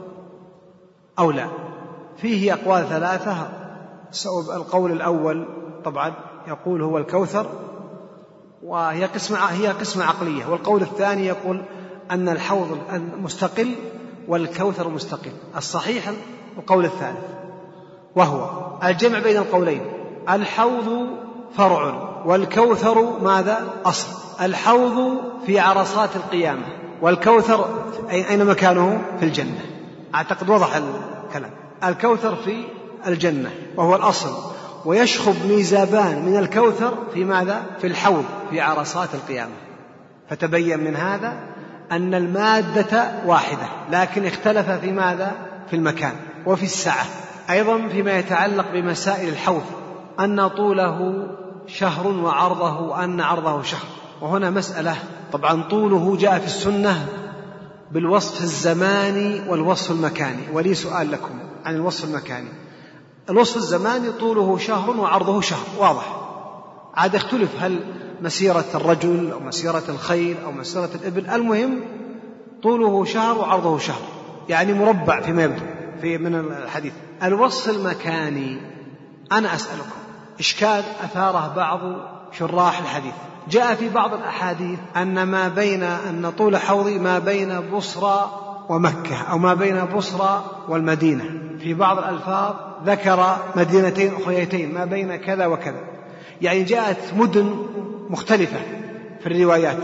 أو لا؟ فيه أقوال ثلاثة. القول الأول طبعا يقول هو الكوثر، وهي قسمة هي قسمة عقلية. والقول الثاني يقول أن الحوض مستقل والكوثر مستقل. الصحيح القول الثالث، وهو الجمع بين القولين. الحوض فرع والكوثر ماذا؟ أصل. الحوض في عرصات القيامة، والكوثر أين مكانه؟ في الجنة. أعتقد وضح الكلام. الكوثر في الجنة وهو الأصل، ويشخب ميزابان من الكوثر في ماذا؟ في الحوض في عرصات القيامة. فتبين من هذا أن المادة واحدة، لكن اختلف في ماذا؟ في المكان وفي السعة. أيضا فيما يتعلق بمسائل الحوض أن طوله شهر وعرضه وأن عرضه شهر. وهنا مسألة، طبعا طوله جاء في السنة بالوصف الزماني والوصف المكاني، ولي سؤال لكم عن الوصف المكاني. الوصف الزماني طوله شهر وعرضه شهر، واضح. عاد اختلف هل مسيرة الرجل أو مسيرة الخيل أو مسيرة الإبل، المهم طوله شهر وعرضه شهر، يعني مربع فيما يبدو في من الحديث. الوصف المكاني أنا أسألكم إشكال أثاره بعض شراح الحديث. جاء في بعض الأحاديث أن ما بين أن طول حوضي ما بين بصرى ومكة أو ما بين بصرى والمدينة. في بعض الألفاظ ذكر مدينتين أخريتين ما بين كذا وكذا، يعني جاءت مدن مختلفة في الروايات.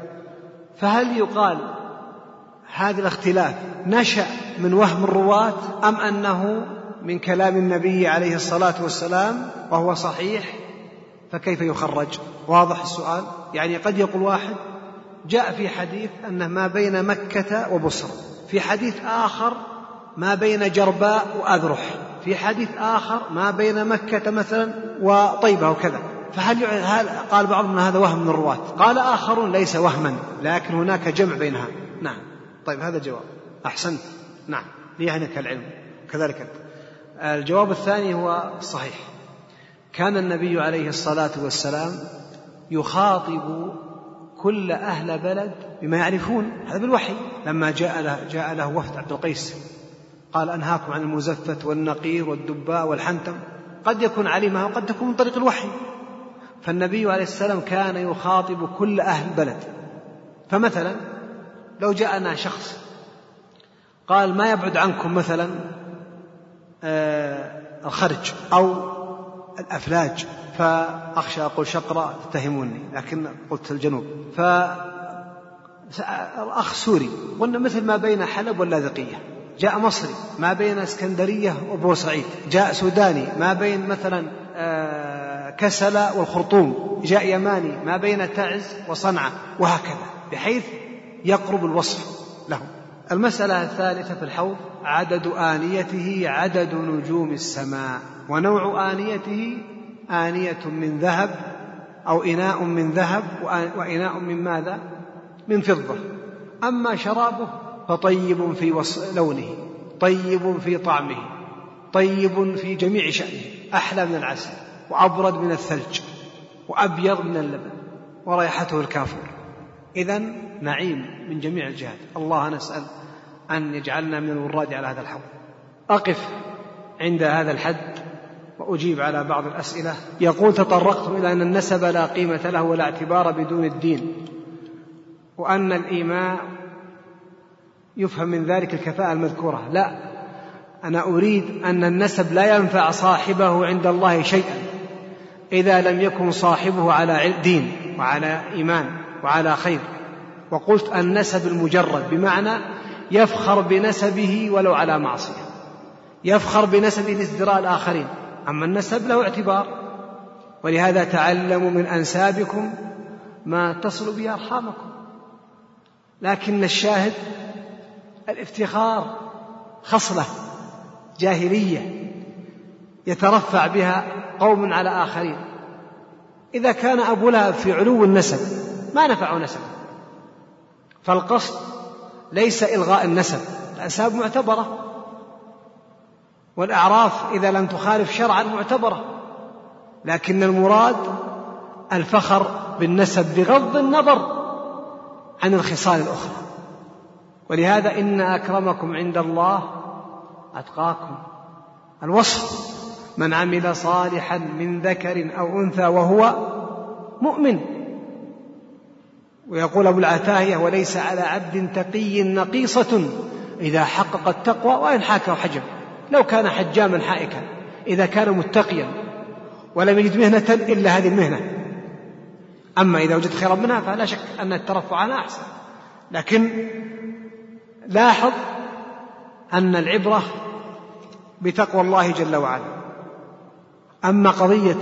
فهل يقال هذا الاختلاف نشأ من وهم الرواة أم أنه من كلام النبي عليه الصلاة والسلام وهو صحيح؟ فكيف يخرج؟ واضح السؤال. يعني قد يقول واحد جاء في حديث أنه ما بين مكة وبصرى، في حديث آخر ما بين جرباء وأذرح، في حديث آخر ما بين مكة مثلا وطيبة وكذا. فهل قال بعضهم هذا وهم من الرواة؟ قال آخرون ليس وهما، لكن هناك جمع بينها. نعم. طيب هذا جواب. أحسنت. نعم، ليهنك العلم. كذلك الجواب الثاني هو الصحيح. كان النبي عليه الصلاة والسلام يخاطب كل أهل بلد بما يعرفون، هذا بالوحي. لما جاء له, جاء له وفد عبد القيس قال أنهاكم عن المزفت والنقير والدباء والحنتم، قد يكون علمها وقد تكون من طريق الوحي. فالنبي عليه السلام كان يخاطب كل أهل بلد. فمثلا لو جاءنا شخص قال ما يبعد عنكم مثلا الخرج أو الأفلاج، فأخشى أقول شقرة تتهموني لكن قلت الجنوب، فأخ سوري قلنا مثل ما بين حلب واللاذقية، جاء مصري ما بين اسكندرية وبورسعيد، جاء سوداني ما بين مثلا كسلة والخرطوم، جاء يماني ما بين تعز وصنعاء، وهكذا بحيث يقرب الوصف له. المسألة الثالثة في الحوض عدد آنيته عدد نجوم السماء، ونوع آنيته آنية من ذهب أو إناء من ذهب وإناء من ماذا؟ من فضة. أما شرابه فطيب في لونه، طيب في طعمه، طيب في جميع شأنه، أحلى من العسل وأبرد من الثلج وأبيض من اللبن ورائحته الكافور. إذن نعيم من جميع الجهات. الله نسأل أن يجعلنا من الوراد على هذا الحوض. أقف عند هذا الحد وأجيب على بعض الأسئلة. يقول تطرقتم إلى أن النسب لا قيمة له ولا اعتبار بدون الدين، وأن الإيماء يفهم من ذلك الكفاءة المذكورة. لا، أنا أريد أن النسب لا ينفع صاحبه عند الله شيئا إذا لم يكن صاحبه على دين وعلى إيمان وعلى خير. وقلت النسب المجرد بمعنى يفخر بنسبه ولو على معصية، يفخر بنسبه لازدراء الآخرين. أما النسب له اعتبار، ولهذا تعلموا من أنسابكم ما تصل به أرحامكم. لكن الشاهد الافتخار خصلة جاهلية يترفع بها قوم على آخرين. إذا كان أبو لهب في علو النسب ما نفع نسب، فالقصد ليس إلغاء النسب، الأنساب معتبرة، والأعراف إذا لم تخالف شرعا معتبرة، لكن المراد الفخر بالنسب بغض النظر عن الخصال الأخرى. ولهذا إن أكرمكم عند الله أتقاكم. الوصف من عمل صالحا من ذكر أو أنثى وهو مؤمن. ويقول أبو العتاهية وليس على عبد تقي نقيصة إذا حقق التقوى وإن حاكه حجم. لو كان حجاما حائكا إذا كان متقيا ولم يجد مهنة إلا هذه المهنة. أما إذا وجد خيرا منها فلا شك أن الترفع عنها أحسن. لكن لاحظ أن العبرة بتقوى الله جل وعلا. أما قضية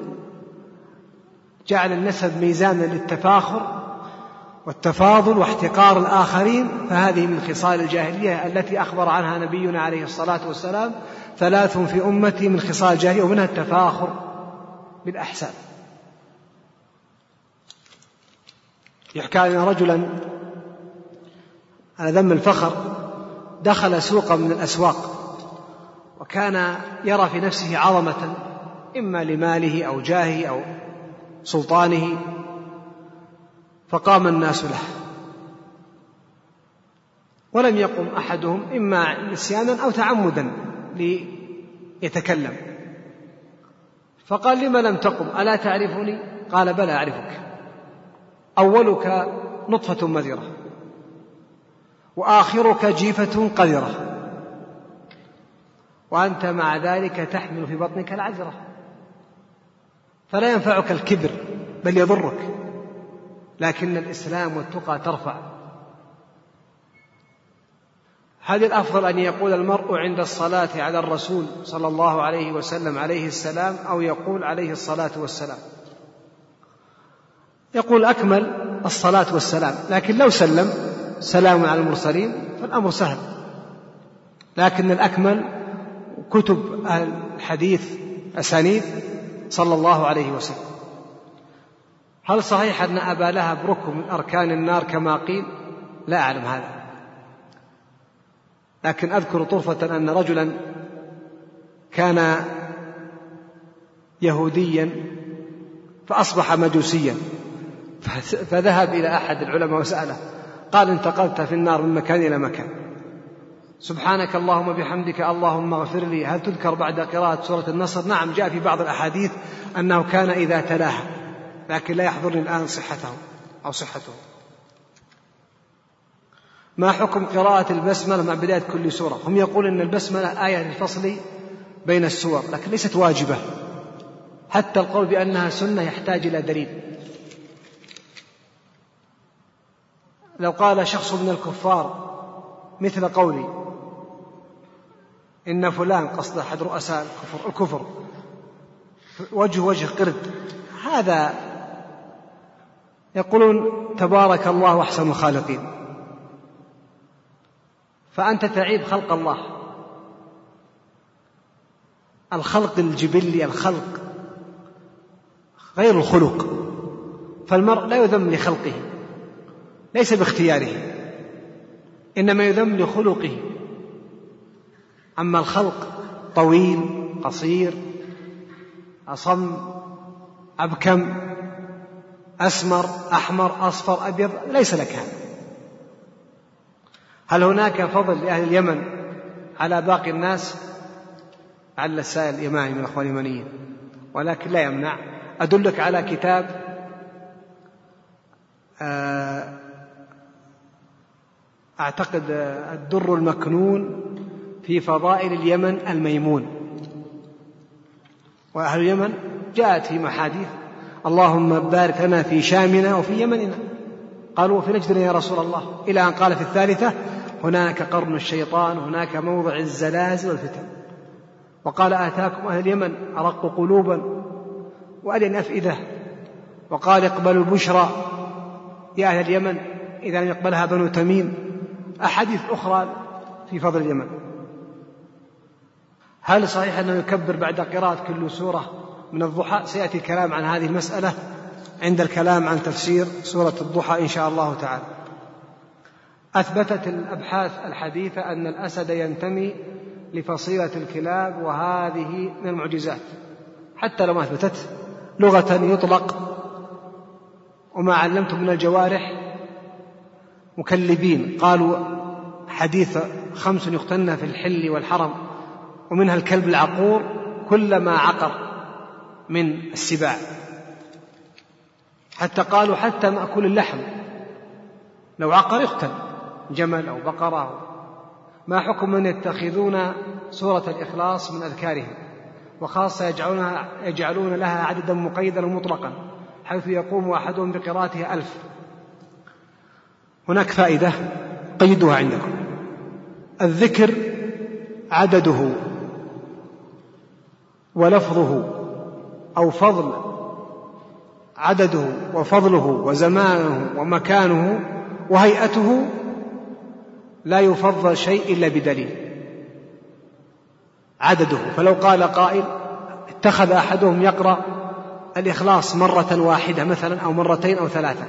جعل النسب ميزانا للتفاخر والتفاضل واحتقار الآخرين فهذه من خصال الجاهلية التي أخبر عنها نبينا عليه الصلاة والسلام ثلاث في أمتي من خصال الجاهلية، ومنها التفاخر بالأحساب. يحكى أن رجلا على ذم الفخر دخل سوقا من الأسواق، وكان يرى في نفسه عظمة إما لماله أو جاهه أو سلطانه، فقام الناس له ولم يقم أحدهم إما نسيانا أو تعمدا ليتكلم. فقال لما لم تقم ألا تعرفني؟ قال بلى أعرفك، أولك نطفة مذرة وآخرك جيفة قذرة وأنت مع ذلك تحمل في بطنك العذرة، فلا ينفعك الكبر بل يضرك، لكن الإسلام والتقى ترفع. هذا الأفضل أن يقول المرء عند الصلاة على الرسول صلى الله عليه وسلم عليه السلام أو يقول عليه الصلاة والسلام. يقول أكمل الصلاة والسلام، لكن لو سلم سلام على المرسلين فالأمر سهل. لكن الأكمل كتب الحديث أسانيد صلى الله عليه وسلم. هل صحيح أن أبا لهب ركن من أركان النار كما قيل؟ لا أعلم هذا، لكن أذكر طرفة أن رجلا كان يهوديا فأصبح مجوسيا، فذهب إلى أحد العلماء وسأله، قال: انتقلت في النار من مكان إلى مكان، سبحانك اللهم بحمدك اللهم اغفر لي، هل تذكر بعد قراءة سورة النصر؟ نعم، جاء في بعض الأحاديث أنه كان إذا تلاها، لكن لا يحضرني الآن صحته أو صحته. ما حكم قراءة البسملة مع بداية كل سورة؟ هم يقول أن البسملة آية للفصل بين السور، لكن ليست واجبة، حتى القول بأنها سنة يحتاج إلى دليل. لو قال شخص من الكفار مثل قولي إن فلان، قصد أحد رؤساء الكفر, الكفر وجه وجه قرد، هذا يقولون تبارك الله أحسن الخالقين، فأنت تعيب خلق الله، الخلق الجبلي، الخلق غير الخلق، فالمرء لا يذم لخلقه، ليس باختياره، إنما يذم لخلقه. أما الخلق طويل قصير أصم أبكم أسمر أحمر أصفر أبيض، ليس لك هذا. هل هناك فضل لأهل اليمن على باقي الناس؟ على السائل اليماني من الأخوان اليمنيين، ولكن لا يمنع. أدلك على كتاب أعتقد الدر المكنون في فضائل اليمن الميمون. وأهل اليمن جاءت في محاديث: اللهم بارك لنا في شامنا وفي يمننا، قالوا في نجدنا يا رسول الله، إلى أن قال في الثالثة: هناك قرن الشيطان، هناك موضع الزلازل والفتن. وقال: آتاكم أهل اليمن أرق قلوبا وألين أفئدة. وقال: اقبلوا البشرى يا أهل اليمن إذا لم يقبلها بنو تميم. أحاديث أخرى في فضل اليمن. هل صحيح أنه يكبر بعد قراءة كل سورة من الضحى؟ سيأتي الكلام عن هذه المسألة عند الكلام عن تفسير سورة الضحى إن شاء الله تعالى. أثبتت الأبحاث الحديثة أن الأسد ينتمي لفصيلة الكلاب، وهذه من المعجزات. حتى لو ما أثبتت، لغة يطلق: وما علمتم من الجوارح مكلبين. قالوا حديث خمس يقتلن في الحل والحرم، ومنها الكلب العقور كلما عقر من السباع. حتى قالوا حتى مأكول اللحم لو عقر يقتل، جمل أو بقرة. ما حكم من يتخذون سورة الإخلاص من أذكارهم، وخاصة يجعلونها يجعلون لها عددا مقيدا ومطلقا، حيث يقوم أحدهم بقراءتها ألف؟ هناك فائدة قيدوها عندكم: الذكر عدده ولفظه، أو فضل عدده وفضله وزمانه ومكانه وهيئته، لا يفضل شيء إلا بدليل عدده. فلو قال قائل: اتخذ أحدهم يقرأ الإخلاص مرة واحدة مثلا أو مرتين أو ثلاثة،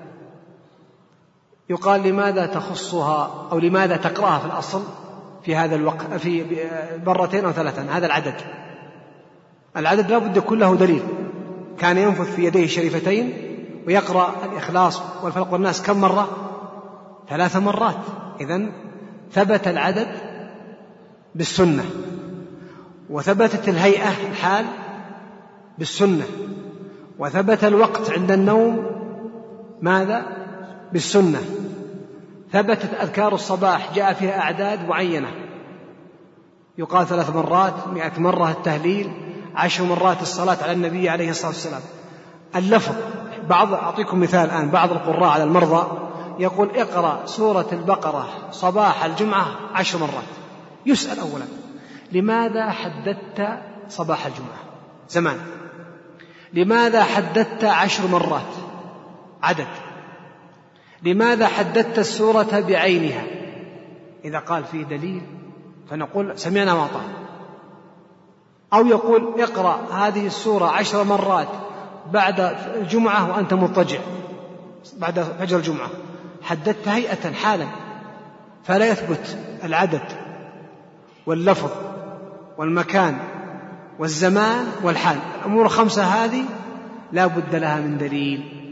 يقال: لماذا تخصها أو لماذا تقرأها في الأصل في هذا الوقت في مرتين أو ثلاثة؟ هذا العدد العدد لا بد يكون له دليل. كان ينفث في يديه الشريفتين ويقرأ الإخلاص والفلق والناس كم مرة؟ ثلاث مرات. إذن ثبت العدد بالسنة، وثبتت الهيئة الحال بالسنة، وثبت الوقت عند النوم ماذا؟ بالسنة. ثبتت أذكار الصباح جاء فيها أعداد معينة، يقال ثلاث مرات، مئة مرة التهليل، عشر مرات الصلاة على النبي عليه الصلاة والسلام. اللفظ، بعض أعطيكم مثال الآن، بعض القراء على المرضى يقول: اقرأ سورة البقرة صباح الجمعة عشر مرات. يسأل أولا: لماذا حددت صباح الجمعة زمان؟ لماذا حددت عشر مرات عدد؟ لماذا حددت السورة بعينها؟ إذا قال فيه دليل فنقول سمعنا وأطعنا. أو يقول: اقرأ هذه السورة عشر مرات بعد الجمعة وأنت مضطجع بعد فجر الجمعة، حددت هيئة حالا، فلا يثبت العدد واللفظ والمكان والزمان والحال. الأمور الخمسة هذه لا بد لها من دليل،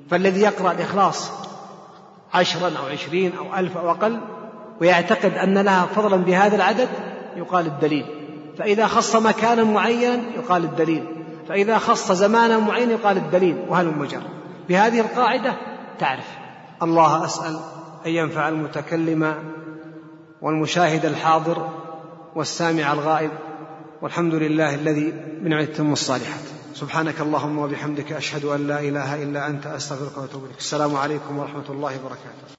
فالذي يقرأ الإخلاص عشرا أو عشرين أو ألف أو أقل ويعتقد أن لها فضلا بهذا العدد يقال الدليل، فإذا خص مكانا معينا يقال الدليل، فإذا خص زمانا معينا يقال الدليل، وهل مجر. بهذه القاعدة تعرف. الله أسأل أن ينفع المتكلم والمشاهد الحاضر والسامع الغائب، والحمد لله الذي بنعمته تتم الصالحات. سبحانك اللهم وبحمدك أشهد أن لا إله إلا أنت أستغفرك وأتوب إليك. السلام عليكم ورحمة الله وبركاته.